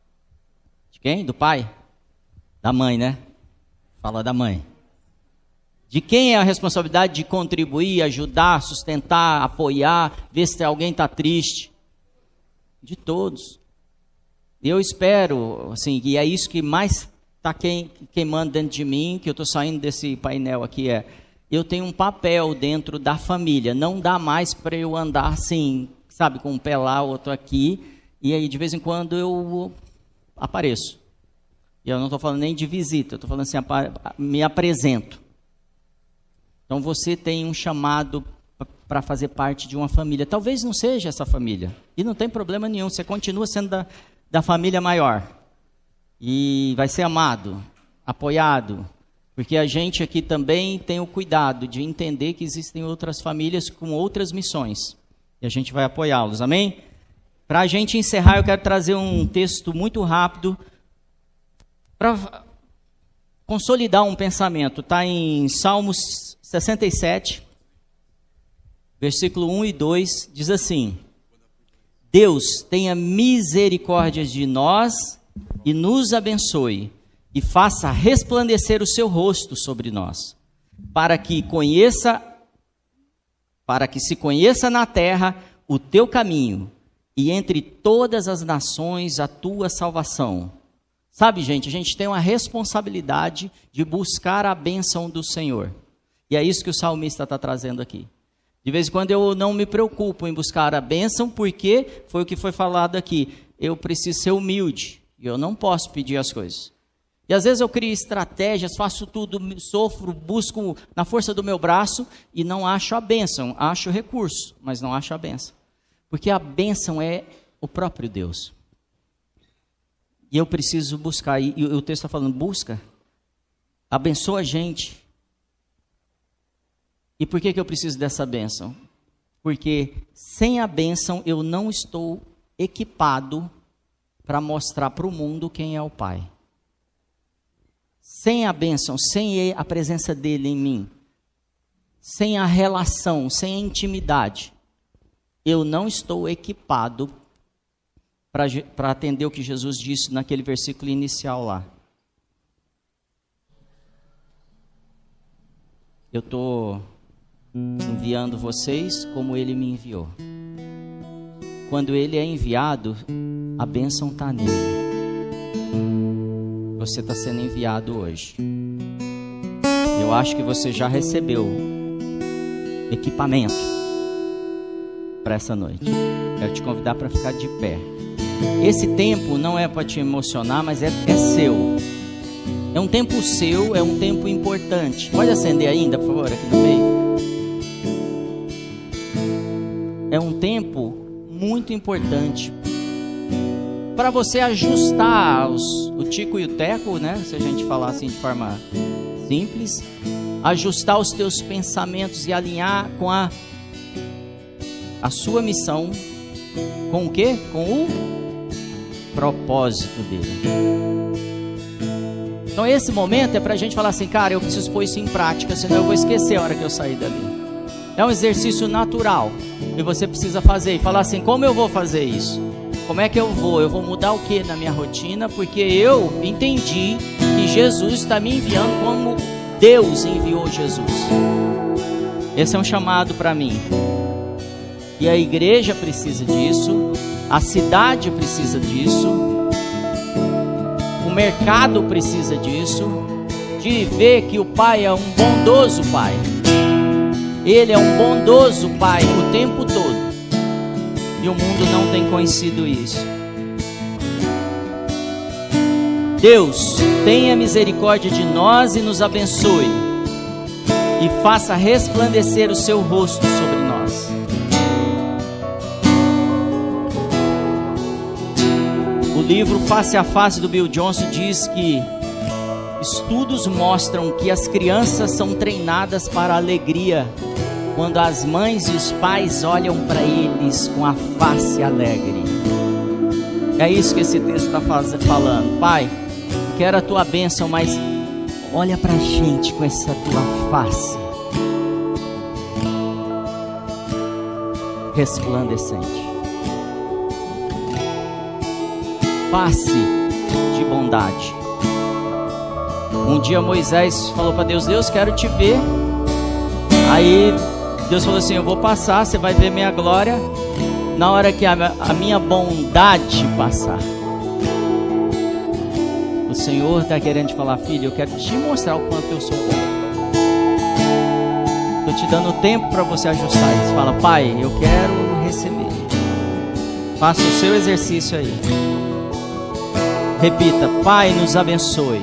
De quem? Do pai? Da mãe, né? Fala da mãe. De quem é a responsabilidade de contribuir, ajudar, sustentar, apoiar, ver se alguém está triste? De todos. Eu espero, assim, e é isso que mais está queimando dentro de mim, que eu estou saindo desse painel aqui, é... Eu tenho um papel dentro da família. Não dá mais para eu andar assim, sabe, com um pé lá, outro aqui. E aí, de vez em quando, eu apareço. E eu não estou falando nem de visita. Eu estou falando assim, me apresento. Então, você tem um chamado para fazer parte de uma família. Talvez não seja essa família. E não tem problema nenhum. Você continua sendo da, da família maior. E vai ser amado, apoiado. Porque a gente aqui também tem o cuidado de entender que existem outras famílias com outras missões. E a gente vai apoiá-los, amém? Para a gente encerrar, eu quero trazer um texto muito rápido para consolidar um pensamento. Está em Salmos sessenta e sete, versículo um e dois, diz assim: Deus tenha misericórdia de nós e nos abençoe, e faça resplandecer o seu rosto sobre nós, para que conheça, para que se conheça na terra o teu caminho, e entre todas as nações a tua salvação. Sabe, gente, a gente tem uma responsabilidade de buscar a bênção do Senhor. E é isso que o salmista está trazendo aqui. De vez em quando eu não me preocupo em buscar a bênção, porque foi o que foi falado aqui. Eu preciso ser humilde, e eu não posso pedir as coisas. E às vezes eu crio estratégias, faço tudo, sofro, busco na força do meu braço e não acho a bênção. Acho recurso, mas não acho a bênção. Porque a bênção é o próprio Deus. E eu preciso buscar. E o texto está falando, busca. Abençoa a gente. E por que que eu preciso dessa bênção? Porque sem a bênção eu não estou equipado para mostrar para o mundo quem é o Pai. Sem a bênção, sem a presença dele em mim, sem a relação, sem a intimidade, eu não estou equipado para atender o que Jesus disse naquele versículo inicial lá. Eu estou enviando vocês como Ele me enviou. Quando Ele é enviado, a bênção está nele. Você está sendo enviado hoje. Eu acho que você já recebeu equipamento para essa noite. Quero te convidar para ficar de pé. Esse tempo não é para te emocionar, mas é, é seu. É um tempo seu, é um tempo importante. Pode acender ainda, por favor, aqui no meio. É um tempo muito importante para você ajustar os, o tico e o teco, né? Se a gente falar assim de forma simples, ajustar os teus pensamentos e alinhar com a, a sua missão. Com o quê? Com o propósito dele. Então esse momento é para a gente falar assim, cara, eu preciso pôr isso em prática, senão eu vou esquecer a hora que eu sair dali. É um exercício natural e você precisa fazer e falar assim, como eu vou fazer isso? Como é que eu vou? Eu vou mudar o que na minha rotina? Porque eu entendi que Jesus está me enviando como Deus enviou Jesus. Esse é um chamado para mim. E a igreja precisa disso, a cidade precisa disso, o mercado precisa disso, de ver que o Pai é um bondoso Pai. Ele é um bondoso Pai o tempo todo. E o mundo não tem conhecido isso. Deus, tenha misericórdia de nós e nos abençoe. E faça resplandecer o seu rosto sobre nós. O livro Face a Face do Bill Johnson diz que estudos mostram que as crianças são treinadas para a alegria quando as mães e os pais olham para eles com a face alegre. É isso que esse texto está falando. Pai, quero a tua bênção, mas olha para a gente com essa tua face resplandecente. Face de bondade. Um dia Moisés falou para Deus, Deus, quero te ver. Aí Deus falou assim, eu vou passar, você vai ver minha glória na hora que a, a minha bondade passar. O Senhor está querendo te falar, filho, eu quero te mostrar o quanto eu sou bom. Estou te dando tempo para você ajustar isso. Fala, Pai, eu quero receber. Faça o seu exercício aí. Repita, Pai, nos abençoe.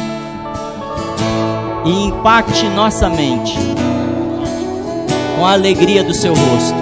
E impacte nossa mente com a alegria do seu rosto.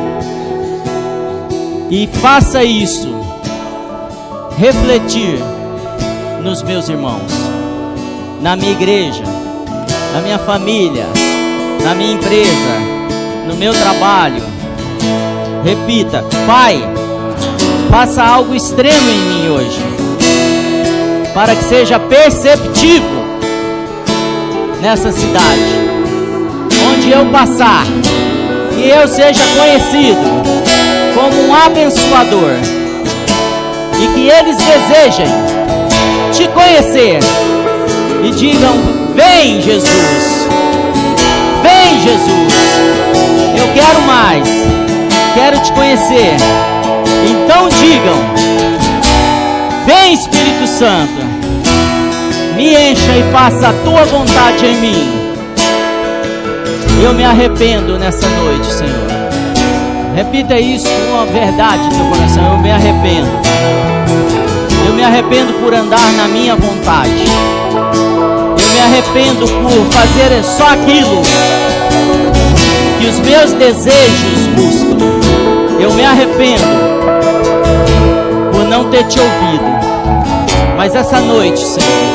E faça isso refletir nos meus irmãos, na minha igreja, na minha família, na minha empresa, no meu trabalho. Repita, Pai, faça algo extremo em mim hoje, para que seja perceptível nessa cidade, onde eu passar, que eu seja conhecido como um abençoador, e que eles desejem te conhecer e digam, vem Jesus, vem Jesus, eu quero mais, quero te conhecer. Então digam, vem Espírito Santo, me encha e faça a tua vontade em mim. Eu me arrependo nessa noite, Senhor. Repita isso com a verdade do seu coração. Eu me arrependo. Eu me arrependo por andar na minha vontade. Eu me arrependo por fazer só aquilo que os meus desejos buscam. Eu me arrependo por não ter te ouvido. Mas essa noite, Senhor,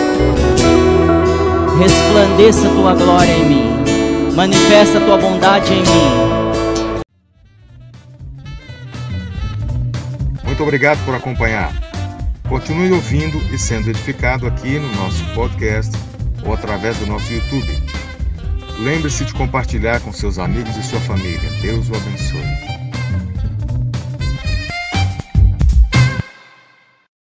resplandeça a tua glória em mim. Manifesta a tua bondade em mim. Muito obrigado por acompanhar. Continue ouvindo e sendo edificado aqui no nosso podcast ou através do nosso YouTube. Lembre-se de compartilhar com seus amigos e sua família. Deus o abençoe.